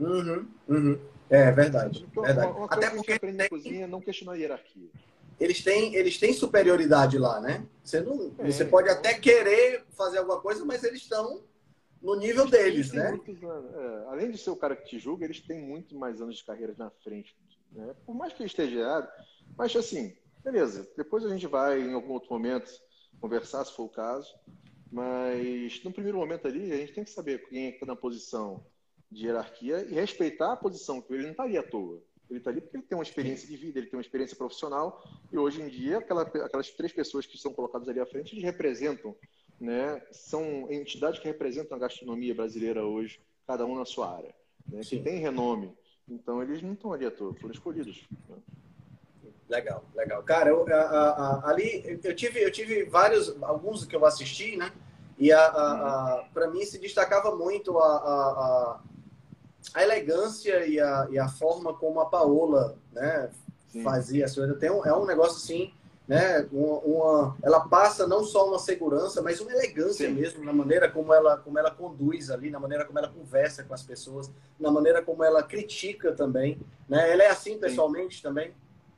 É verdade. Então, verdade. uma coisa Até que a gente porque aprende na cozinha é não questionar a hierarquia. eles têm superioridade lá, né? Você pode até querer fazer alguma coisa, mas eles estão no nível deles, né? Muitos anos. Além de ser o cara que te julga, eles têm muito mais anos de carreira na frente. Né? Por mais que ele esteja errado, mas assim, beleza. Depois a gente vai, em algum outro momento, conversar, se for o caso. Mas, no primeiro momento ali, a gente tem que saber quem está na posição de hierarquia e respeitar a posição, porque ele não está ali à toa. Ele está ali porque ele tem uma experiência de vida, ele tem uma experiência profissional, e hoje em dia, aquelas 3 pessoas que são colocadas ali à frente, eles representam, né? São entidades que representam a gastronomia brasileira hoje, cada um na sua área, né? Que tem renome. Então, eles não estão ali à toa, foram escolhidos. Né? Legal. Cara, ali eu tive alguns que eu assisti, né? E para mim se destacava muito a elegância e a forma como a Paola, né, fazia as coisas. É um negócio assim, né? Ela passa não só uma segurança, mas uma elegância mesmo na maneira como ela conduz ali, na maneira como ela conversa com as pessoas, na maneira como ela critica também, né? Ela é assim pessoalmente também.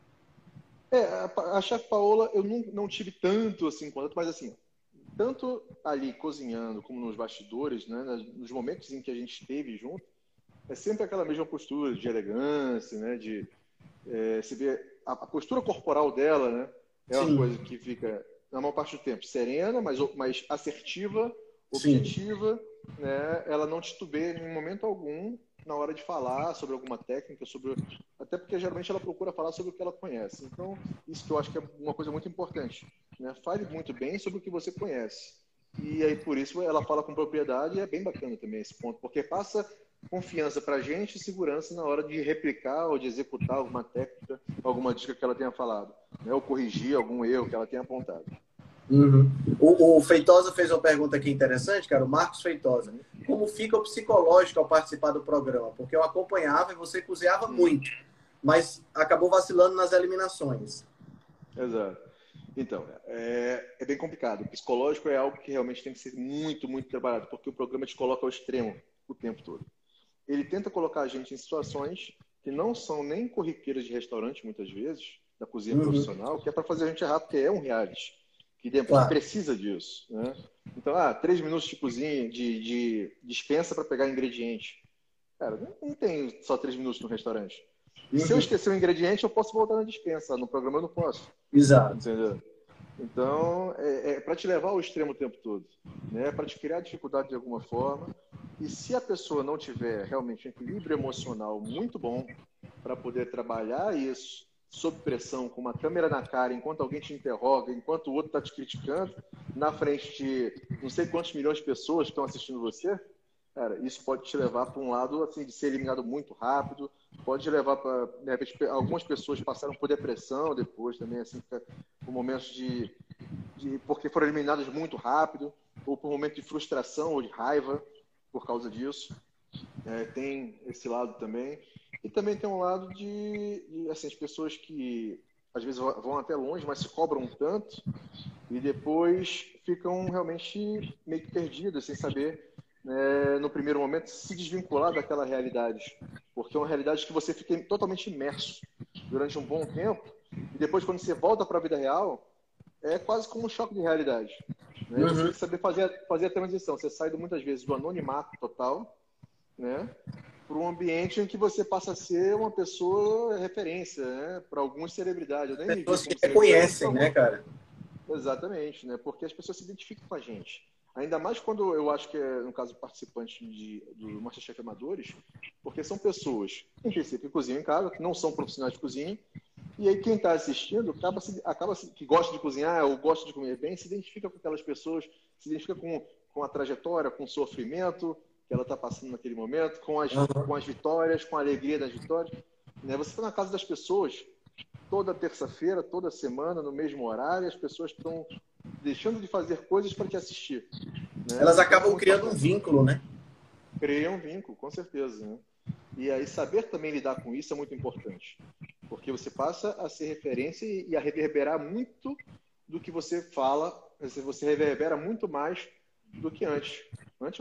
A chefe Paola eu não tive tanto assim contato, mas assim, tanto ali cozinhando como nos bastidores, né, nos momentos em que a gente esteve junto, é sempre aquela mesma postura de elegância, né, se vê a postura corporal dela, né, é uma coisa que fica na maior parte do tempo serena, mas assertiva, objetiva, né, ela não titubeia em momento algum na hora de falar sobre alguma técnica, até porque geralmente ela procura falar sobre o que ela conhece. Então, isso que eu acho que é uma coisa muito importante, né? Fale muito bem sobre o que você conhece. E aí, por isso, ela fala com propriedade e é bem bacana também esse ponto, porque passa confiança pra gente e segurança na hora de replicar ou de executar alguma técnica, alguma dica que ela tenha falado, né? Ou corrigir algum erro que ela tenha apontado. Uhum. O Feitosa fez uma pergunta aqui interessante, cara, o Marcos Feitosa. Como fica o psicológico ao participar do programa? Porque eu acompanhava e você cozinhava muito, mas acabou vacilando nas eliminações. Exato. Então, é bem complicado. O psicológico é algo que realmente tem que ser muito, muito trabalhado, porque o programa te coloca ao extremo o tempo todo. Ele tenta colocar a gente em situações que não são nem corriqueiras de restaurante, muitas vezes, da cozinha profissional, que é para fazer a gente errar, porque é um reality, que Claro. precisa disso, né? Então, 3 minutos de cozinha, de dispensa para pegar ingrediente. Cara, não tem só 3 minutos no restaurante. E se eu esquecer o ingrediente, eu posso voltar na dispensa. No programa eu não posso. Exato. Entendeu? Então, é para te levar ao extremo o tempo todo, né? Para te criar dificuldade de alguma forma. E se a pessoa não tiver realmente um equilíbrio emocional muito bom para poder trabalhar isso sob pressão, com uma câmera na cara, enquanto alguém te interroga, enquanto o outro está te criticando, na frente de não sei quantos milhões de pessoas que estão assistindo você, cara, isso pode te levar para um lado assim, de ser eliminado muito rápido, pode te levar para, de repente, algumas pessoas passaram por depressão depois também, assim, por momentos porque foram eliminadas muito rápido, ou por momentos de frustração ou de raiva por causa disso. Tem esse lado também. E também tem um lado de assim, as pessoas que às vezes vão até longe, mas se cobram um tanto e depois ficam realmente meio que perdidas, sem saber, né, no primeiro momento, se desvincular daquela realidade. Porque é uma realidade que você fica totalmente imerso durante um bom tempo e depois, quando você volta para a vida real, é quase como um choque de realidade. Né? Você tem que saber fazer a transição. Você sai muitas vezes do anonimato total, né, para um ambiente em que você passa a ser uma pessoa referência, né, para algumas celebridades. Eu nem me Pessoas vi que como reconhecem, né, cara? Exatamente, né? Porque as pessoas se identificam com a gente. Ainda mais quando eu acho que é, no caso, participantes do MasterChef Amadores, porque são pessoas, em princípio, que cozinham em casa, que não são profissionais de cozinha, e aí quem está assistindo que gosta de cozinhar ou gosta de comer bem, se identifica com aquelas pessoas, se identifica com a trajetória, com o sofrimento que ela está passando naquele momento, com as vitórias, com a alegria das vitórias. Né? Você está na casa das pessoas toda terça-feira, toda semana, no mesmo horário, as pessoas estão deixando de fazer coisas para te assistir. Né? Elas acabam criando um vínculo, né? Criam um vínculo, com certeza. Né? E aí saber também lidar com isso é muito importante. Porque você passa a ser referência e a reverberar muito do que você fala, você reverbera muito mais do que antes. Antes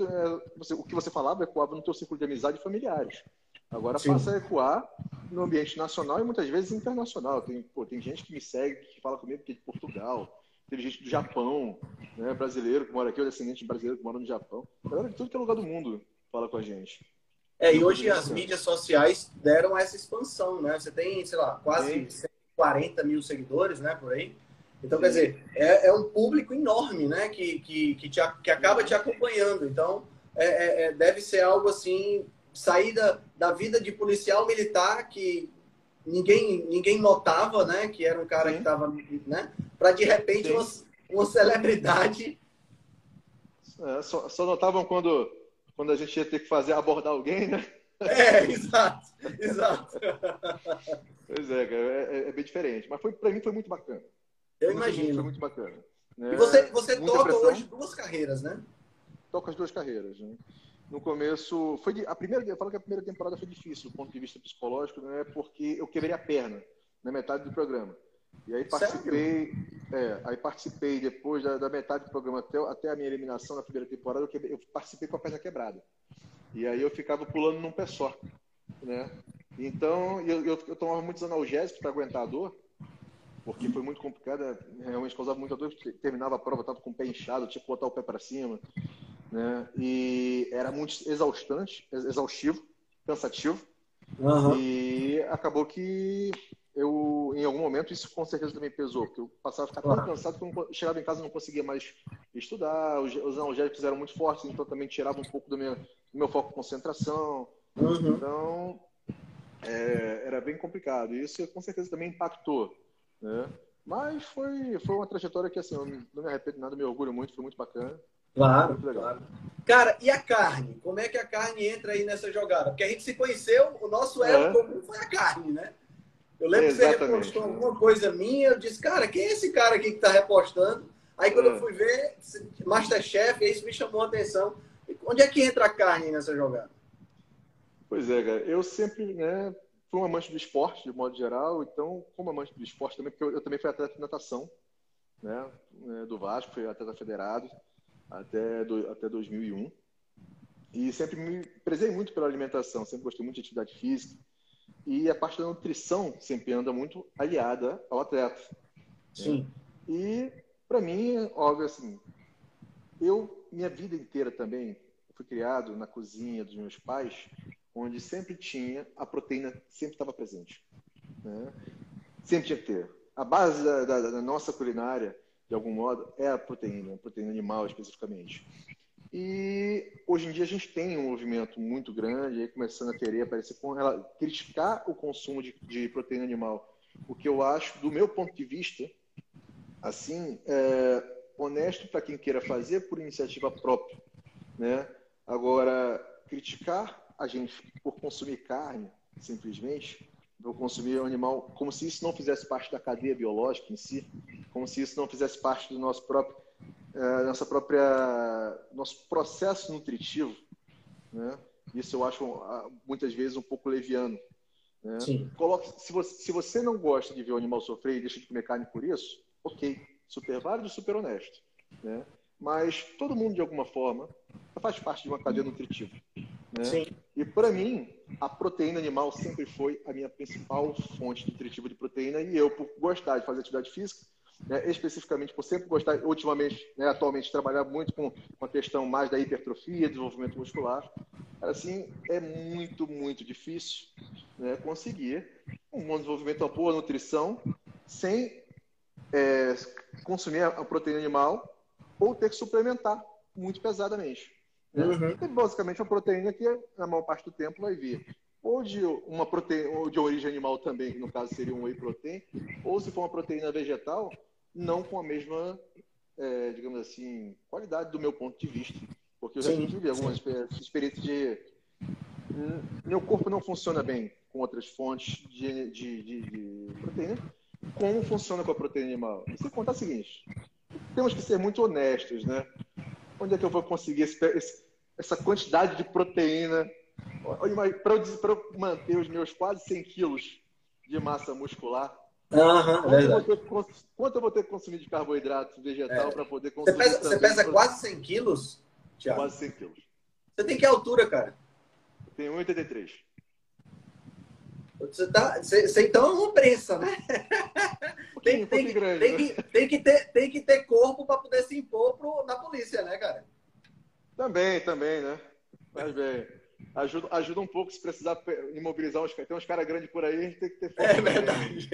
o que você falava ecoava no teu círculo de amizade e familiares. Agora passa a ecoar no ambiente nacional e muitas vezes internacional. Tem gente que me segue, que fala comigo que é de Portugal, tem gente do Japão, né, brasileiro que mora aqui, ou descendente de brasileiro que mora no Japão. Galera de tudo que é lugar do mundo fala com a gente. E hoje as mídias sociais deram essa expansão, né? Você tem, sei lá, quase 140 mil seguidores, né, por aí. Então, quer dizer, é um público enorme, né, que acaba te acompanhando. Então, deve ser algo assim, saída da vida de policial militar que ninguém notava, né, que era um cara que estava, né, para de repente uma celebridade. Só notavam quando a gente ia ter que abordar alguém, né? Exato. Pois é, cara, é bem diferente. Mas para mim foi muito bacana. Eu imagino. Foi muito bacana. Né? E você toca hoje 2 carreiras, né? Toco as 2 carreiras. Né? No começo, eu falo que a primeira temporada foi difícil do ponto de vista psicológico, né? Porque eu quebrei a perna na metade do programa. E aí participei depois da metade do programa até a minha eliminação na primeira temporada, eu participei com a perna quebrada. E aí eu ficava pulando num pé só, né? Então, eu tomava muitos analgésicos para aguentar a dor, porque foi muito complicado, realmente causava muita dor, terminava a prova, estava com o pé inchado, tinha que botar o pé para cima, né? E era muito exaustivo, cansativo, e acabou que em algum momento, isso com certeza também pesou, porque eu passava a ficar tão cansado que eu chegava em casa e não conseguia mais estudar, os analgésicos eram muito fortes, então também tirava um pouco do meu foco de concentração. Então, era bem complicado. E isso com certeza também impactou, né? Mas foi uma trajetória que, assim, eu não me arrependo de nada, me orgulho muito, foi muito bacana. Claro, muito legal. Claro. Cara, e a carne? Como é que a carne entra aí nessa jogada? Porque a gente se conheceu, o nosso elo comum foi a carne, né? Eu lembro que você repostou alguma coisa minha, eu disse, cara, quem é esse cara aqui que tá repostando? Aí quando eu fui ver MasterChef, isso me chamou a atenção. Onde é que entra a carne nessa jogada? Pois é, cara. Eu sempre, né, fui um amante do esporte, de modo geral. Então, como amante do esporte também, porque eu também fui atleta de natação, né, do Vasco, fui atleta federado até 2001. E sempre me prezei muito pela alimentação, sempre gostei muito de atividade física. E a parte da nutrição sempre anda muito aliada ao atleta. Sim. Né? E, para mim, óbvio, assim, minha vida inteira também, fui criado na cozinha dos meus pais, onde sempre tinha, a proteína sempre estava presente. Né? Sempre tinha que ter. A base da nossa culinária, de algum modo, é a proteína animal especificamente. E hoje em dia a gente tem um movimento muito grande, aí começando a querer aparecer com ela, criticar o consumo de proteína animal. O que eu acho, do meu ponto de vista, assim, honesto para quem queira fazer por iniciativa própria. Né? Agora, criticar a gente por consumir carne, simplesmente, por consumir um animal, como se isso não fizesse parte da cadeia biológica em si, como se isso não fizesse parte do nosso nosso processo nutritivo, né? Isso eu acho muitas vezes um pouco leviano. Né? Sim. Se você não gosta de ver o animal sofrer e deixa de comer carne por isso, ok, super válido, super honesto. Né? Mas todo mundo, de alguma forma, faz parte de uma cadeia nutritiva. Né? Sim. E, para mim, a proteína animal sempre foi a minha principal fonte nutritiva de proteína, e eu, por gostar de fazer atividade física, né, especificamente por sempre gostar, ultimamente, né, atualmente, trabalhar muito com a questão mais da hipertrofia, desenvolvimento muscular, assim, é muito, muito difícil, né, conseguir um bom desenvolvimento, uma boa nutrição, sem consumir a proteína animal ou ter que suplementar muito pesadamente. Né? É basicamente uma proteína que, na maior parte do tempo, vai vir ou de uma proteína ou de origem animal também, que no caso seria um whey protein, ou se for uma proteína vegetal, não com a mesma, digamos assim, qualidade do meu ponto de vista. Porque eu já tive algumas experiências de... Meu corpo não funciona bem com outras fontes de proteína, como funciona com a proteína animal. E sem contar o seguinte, temos que ser muito honestos, né? Onde é que eu vou conseguir essa quantidade de proteína para eu manter os meus quase 100 quilos de massa muscular? Quanto eu vou ter que consumir de carboidrato vegetal para poder consumir Você pesa quase 100 quilos, Thiago? Quase 100 quilos. Você tem que altura, cara? Eu tenho 1,83. Você então é uma prensa, né? Tem que ter corpo para poder se impor na polícia, né, cara? Também, né? Mas bem, ajuda um pouco se precisar imobilizar uns caras. Tem uns caras grandes por aí, a gente tem que ter força. É verdade.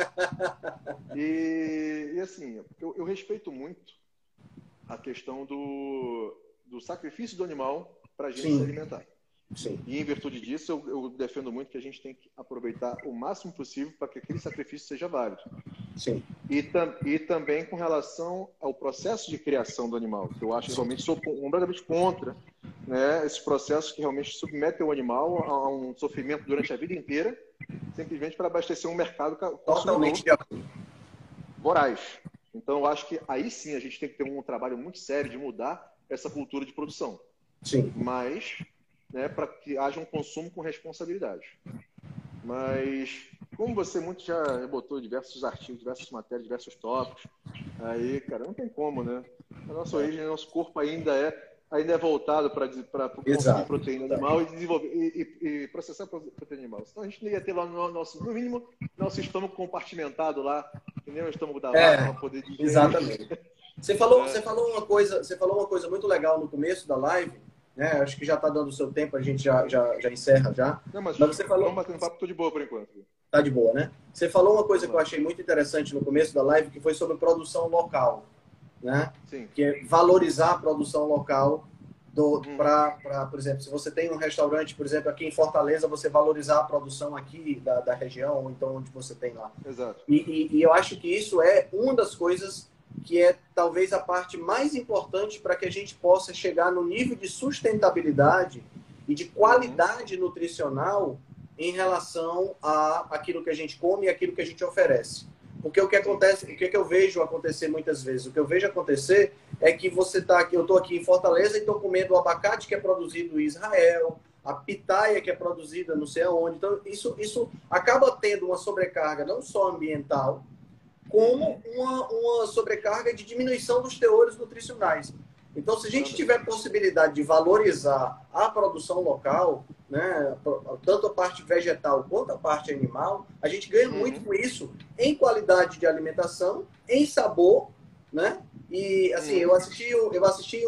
E assim, eu respeito muito a questão do sacrifício do animal para a gente se alimentar. Sim. E em virtude disso, eu defendo muito que a gente tem que aproveitar o máximo possível para que aquele sacrifício seja válido. Sim. E também com relação ao processo de criação do animal, que eu acho que realmente sou completamente contra, né, esses processos que realmente submetem o animal a um sofrimento durante a vida inteira, simplesmente para abastecer um mercado totalmente voraz. Então, eu acho que aí sim a gente tem que ter um trabalho muito sério de mudar essa cultura de produção. Sim. Mas, né, para que haja um consumo com responsabilidade. Mas, como você muito já botou diversos artigos, diversas matérias, diversos tópicos, aí, cara, não tem como, né? A nossa origem, nosso corpo ainda é voltado para consumir proteína animal e desenvolver e processar proteína animal. Senão a gente não ia ter lá no mínimo, nosso estômago compartimentado lá, que nem o estômago da vaca, para poder digerir. Exatamente. Você falou uma coisa muito legal no começo da live, né? Acho que já está dando o seu tempo, a gente já encerra já. Não, mas você falou... Vamos bater um papo, tô de boa por enquanto. Tá de boa, né? Você falou uma coisa que eu achei muito interessante no começo da live, que foi sobre produção local, né? Sim. Que é valorizar a produção local por exemplo, se você tem um restaurante, por exemplo, aqui em Fortaleza, você valorizar a produção aqui da região, ou então onde você tem lá. Exato. E eu acho que isso é uma das coisas que é talvez a parte mais importante para que a gente possa chegar no nível de sustentabilidade e de qualidade nutricional em relação a aquilo que a gente come e aquilo que a gente oferece. Porque o que acontece, o que eu vejo acontecer muitas vezes? O que eu vejo acontecer é que você tá aqui, eu estou aqui em Fortaleza e estou comendo o abacate que é produzido em Israel, a pitaia que é produzida não sei aonde. Então, isso acaba tendo uma sobrecarga não só ambiental, como uma sobrecarga de diminuição dos teores nutricionais. Então, se a gente tiver possibilidade de valorizar a produção local, né, tanto a parte vegetal quanto a parte animal, a gente ganha muito com isso em qualidade de alimentação, em sabor, né? E, assim, eu assisti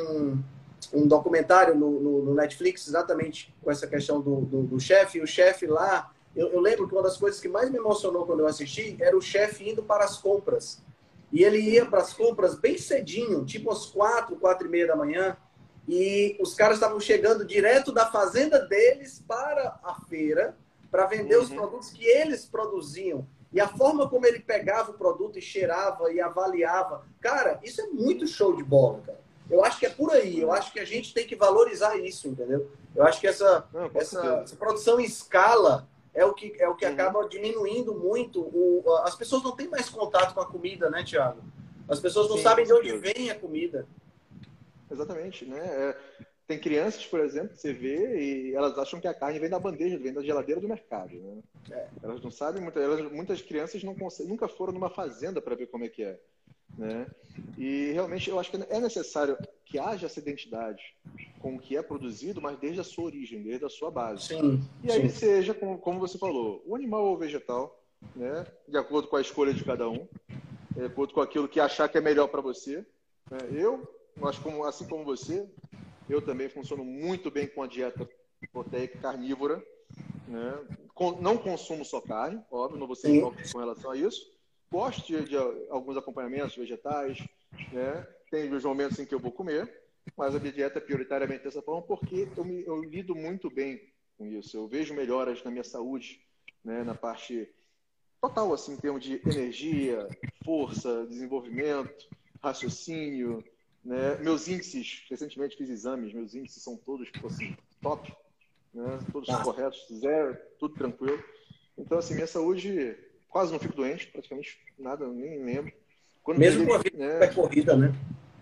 um documentário no Netflix exatamente com essa questão do chefe, e o chefe lá, eu lembro que uma das coisas que mais me emocionou quando eu assisti era o chefe indo para as compras. E ele ia para as compras bem cedinho, tipo às 4h, 4h30 da manhã, e os caras estavam chegando direto da fazenda deles para a feira para vender os produtos que eles produziam. E a forma como ele pegava o produto e cheirava e avaliava, cara, isso é muito show de bola, cara. Eu acho que é por aí, eu acho que a gente tem que valorizar isso, entendeu? Eu acho que essa produção em escala é o que acaba diminuindo muito. As pessoas não têm mais contato com a comida, né, Thiago? As pessoas não sabem de onde vem a comida. Exatamente, né? Tem crianças, por exemplo, que você vê e elas acham que a carne vem da bandeja, vem da geladeira do mercado, né? Elas não sabem, muitas crianças nunca foram numa fazenda para ver como é que é, né? E realmente eu acho que é necessário que haja essa identidade com o que é produzido, mas desde a sua origem, desde a sua base. Sim, e aí seja, como você falou, o animal ou o vegetal, né? De acordo com a escolha de cada um, de acordo com aquilo que achar que é melhor para você. Eu acho assim como você, eu também funciono muito bem com a dieta proteica carnívora, né? Não consumo só carne, óbvio, não vou ser hipócrita com relação a isso. Gosto de alguns acompanhamentos vegetais, né? Tem os momentos em que eu vou comer, mas a minha dieta é prioritariamente dessa forma porque eu lido muito bem com isso. Eu vejo melhoras na minha saúde, né? Na parte total, assim, em termos de energia, força, desenvolvimento, raciocínio, né? Meus índices, recentemente fiz exames, meus índices são todos, tipo assim, top, né? Todos corretos, zero, tudo tranquilo. Então, assim, minha saúde, quase não fico doente, praticamente nada, nem lembro. Mesmo com a vida super corrida, né?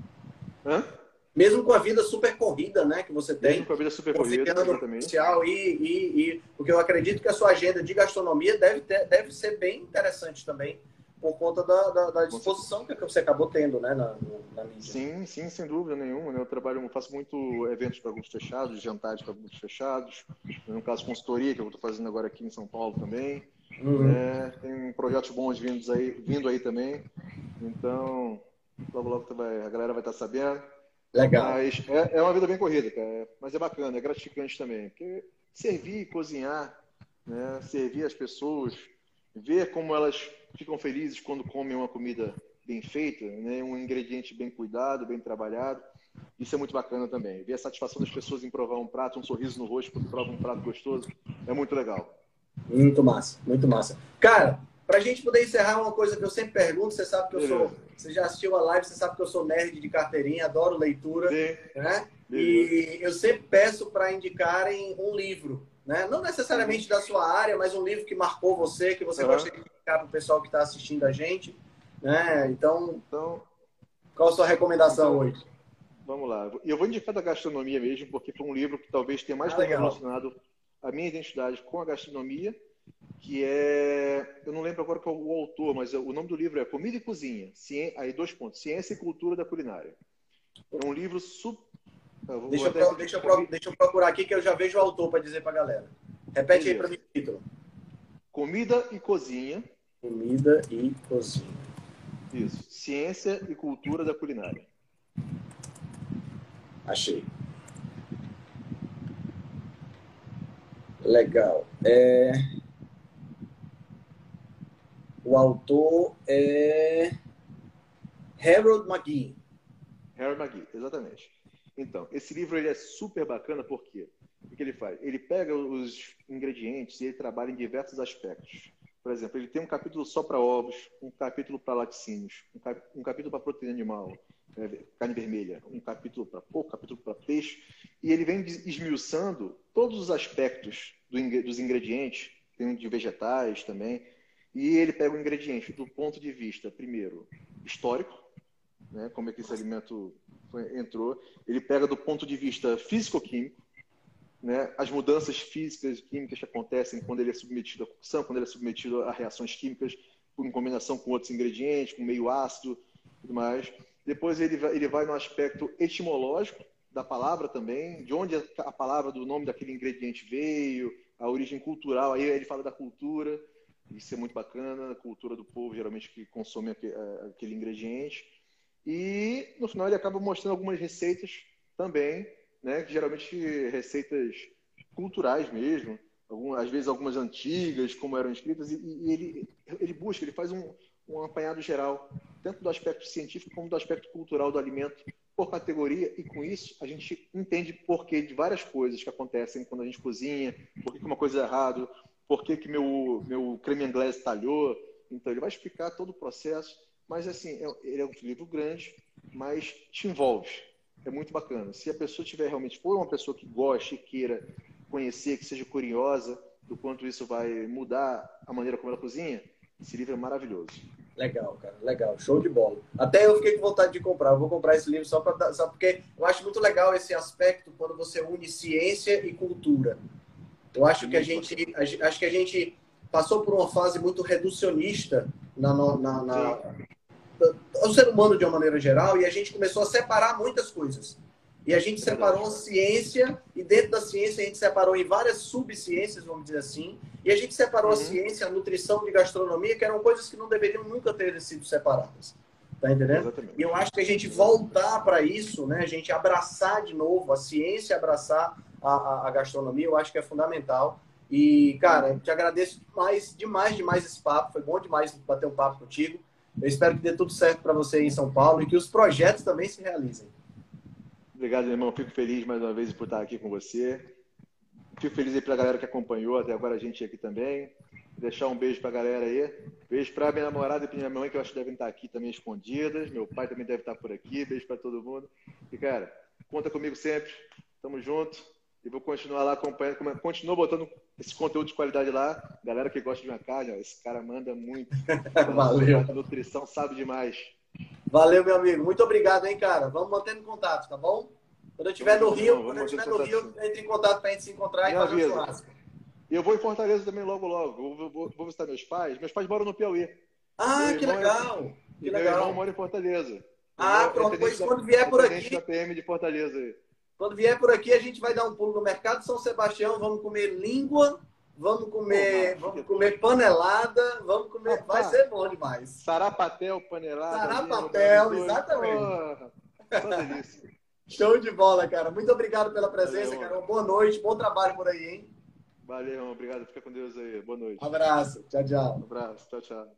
Mesmo com a vida super corrida, né, que você tem. Mesmo com a vida super corrida, exatamente. Porque eu acredito que a sua agenda de gastronomia deve ser bem interessante também, por conta da disposição que você acabou tendo, né, na mídia. Sim, sem dúvida nenhuma. Né? Eu faço muito eventos para grupos fechados, jantares para grupos fechados. No caso, consultoria, que eu estou fazendo agora aqui em São Paulo também. Tem projetos bons vindo aí também. Então, logo a galera vai estar sabendo. Legal. Mas é uma vida bem corrida, cara. Mas é bacana, é gratificante também. Porque servir, cozinhar, né? Servir as pessoas, ver como elas ficam felizes quando comem uma comida bem feita, né? Um ingrediente bem cuidado, bem trabalhado. Isso é muito bacana também. Ver a satisfação das pessoas em provar um prato, um sorriso no rosto quando provam um prato gostoso, é muito legal. Muito massa, muito massa. Cara, pra gente poder encerrar, uma coisa que eu sempre pergunto, você sabe que eu sou... Você já assistiu a live, você sabe que eu sou nerd de carteirinha, adoro leitura, né? E eu sempre peço para indicarem um livro, né? Não necessariamente da sua área, mas um livro que marcou você, que você gosta de indicar para o pessoal que está assistindo a gente, né? Então, qual a sua recomendação hoje? Vamos lá. Eu vou indicar da gastronomia mesmo, porque foi um livro que talvez tenha mais relacionado a minha identidade com a gastronomia, que é... Eu não lembro agora qual o autor, mas o nome do livro é Comida e Cozinha. Aí 2 pontos. Ciência e Cultura da Culinária. É um livro super... Deixa eu procurar aqui que eu já vejo o autor para dizer para a galera. Repete aí para mim o título. Comida e Cozinha. Comida e Cozinha. Isso. Ciência e Cultura da Culinária. Achei. Legal. O autor é Harold McGee. Harold McGee, exatamente. Então, esse livro ele é super bacana porque o que ele faz? Ele pega os ingredientes e ele trabalha em diversos aspectos. Por exemplo, ele tem um capítulo só para ovos, um capítulo para laticínios, um capítulo para proteína animal, carne vermelha, um capítulo para porco, capítulo para peixe, e ele vem esmiuçando todos os aspectos dos ingredientes, tem um de vegetais também, E ele pega o ingrediente do ponto de vista, primeiro, histórico, né, como é que esse alimento entrou. Ele pega do ponto de vista físico-químico, né, as mudanças físicas e químicas que acontecem quando ele é submetido à cocção, quando ele é submetido a reações químicas em combinação com outros ingredientes, com meio ácido e tudo mais. Depois ele vai no aspecto etimológico da palavra também, de onde a palavra do nome daquele ingrediente veio, a origem cultural. Aí ele fala da cultura, isso é muito bacana, a cultura do povo, geralmente, que consome aquele ingrediente. E, no final, ele acaba mostrando algumas receitas também, né, que geralmente receitas culturais mesmo, às vezes algumas antigas, como eram escritas, e ele busca, ele faz um apanhado geral, tanto do aspecto científico como do aspecto cultural do alimento, por categoria, e com isso a gente entende porquê de várias coisas que acontecem quando a gente cozinha, por que uma coisa é errado, por que meu creme inglês talhou. Então ele vai explicar todo o processo, mas assim, ele é um livro grande, mas te envolve. É muito bacana. Se a pessoa for uma pessoa que goste e queira conhecer, que seja curiosa do quanto isso vai mudar a maneira como ela cozinha, esse livro é maravilhoso. Legal, cara, legal, show de bola. Até eu fiquei com vontade de comprar. Eu vou comprar esse livro só porque eu acho muito legal esse aspecto quando você une ciência e cultura. Eu acho que a gente passou por uma fase muito reducionista o ser humano de uma maneira geral, e a gente começou a separar muitas coisas. E a gente separou a ciência, e dentro da ciência a gente separou em várias subciências, vamos dizer assim, e a gente separou a ciência, a nutrição de gastronomia, que eram coisas que não deveriam nunca ter sido separadas. Tá entendendo? Exatamente. E eu acho que a gente voltar para isso, né, a gente abraçar de novo a ciência, abraçar a gastronomia, eu acho que é fundamental. E, cara, eu te agradeço demais esse papo, foi bom demais bater um papo contigo. Eu espero que dê tudo certo para você aí em São Paulo e que os projetos também se realizem. Obrigado, meu irmão. Fico feliz mais uma vez por estar aqui com você. Fico feliz aí pela galera que acompanhou até agora a gente aqui também. Deixar um beijo pra galera aí. Beijo pra minha namorada e pra minha mãe, que eu acho que devem estar aqui também escondidas. Meu pai também deve estar por aqui. Beijo pra todo mundo. E, cara, conta comigo sempre. Tamo junto. E vou continuar lá acompanhando. Continuo botando esse conteúdo de qualidade lá. Galera que gosta de uma carne, ó, esse cara manda muito. Valeu. A nutrição sabe demais. Valeu, meu amigo. Muito obrigado, hein, cara. Vamos mantendo contato, tá bom? Quando eu estiver no Rio, entre em contato pra gente se encontrar e fazer um churrasco. E eu vou em Fortaleza também logo. Vou visitar meus pais. Meus pais moram no Piauí. Ah, que legal. Meu irmão mora em Fortaleza. Pronto. Pois quando vier por aqui... da PM de Fortaleza aí. Quando vier por aqui, a gente vai dar um pulo no Mercado São Sebastião, vamos comer língua, vamos comer panelada, vamos comer... Vai ser bom demais. Sarapatel, panelada. Sarapatel, exatamente. Só delícia. Show de bola, cara. Muito obrigado pela presença, cara. Boa noite, bom trabalho por aí, hein? Valeu, irmão. Obrigado. Fica com Deus aí. Boa noite. Um abraço. Tchau, tchau. Um abraço. Tchau, tchau.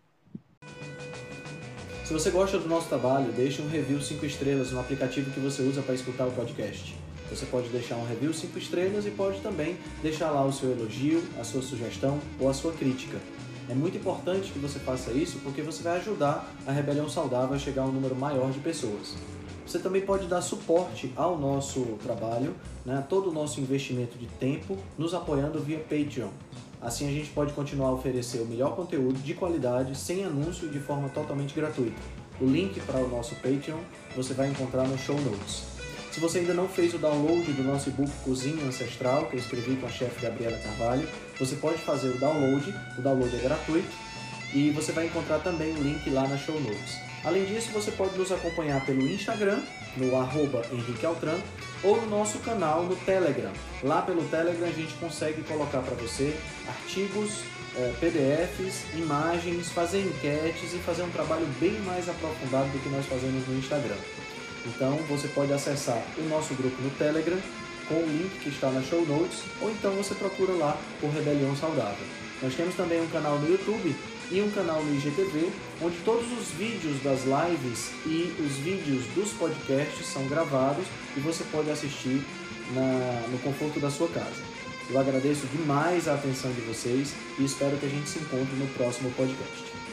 Se você gosta do nosso trabalho, deixe um review 5 estrelas no aplicativo que você usa para escutar o podcast. Você pode deixar um review 5 estrelas e pode também deixar lá o seu elogio, a sua sugestão ou a sua crítica. É muito importante que você faça isso porque você vai ajudar a Rebelião Saudável a chegar a um número maior de pessoas. Você também pode dar suporte ao nosso trabalho, né, todo o nosso investimento de tempo, nos apoiando via Patreon. Assim a gente pode continuar a oferecer o melhor conteúdo de qualidade, sem anúncio e de forma totalmente gratuita. O link para o nosso Patreon você vai encontrar no show notes. Se você ainda não fez o download do nosso e-book Cozinha Ancestral, que eu escrevi com a chefe Gabriela Carvalho, você pode fazer o download é gratuito e você vai encontrar também o link lá na show notes. Além disso, você pode nos acompanhar pelo Instagram, no @HenriqueAltran, ou no nosso canal no Telegram. Lá pelo Telegram a gente consegue colocar para você artigos, PDFs, imagens, fazer enquetes e fazer um trabalho bem mais aprofundado do que nós fazemos no Instagram. Então você pode acessar o nosso grupo no Telegram com o link que está na show notes, ou então você procura lá por Rebelião Saudável. Nós temos também um canal no YouTube e um canal no IGTV, onde todos os vídeos das lives e os vídeos dos podcasts são gravados e você pode assistir no conforto da sua casa. Eu agradeço demais a atenção de vocês e espero que a gente se encontre no próximo podcast.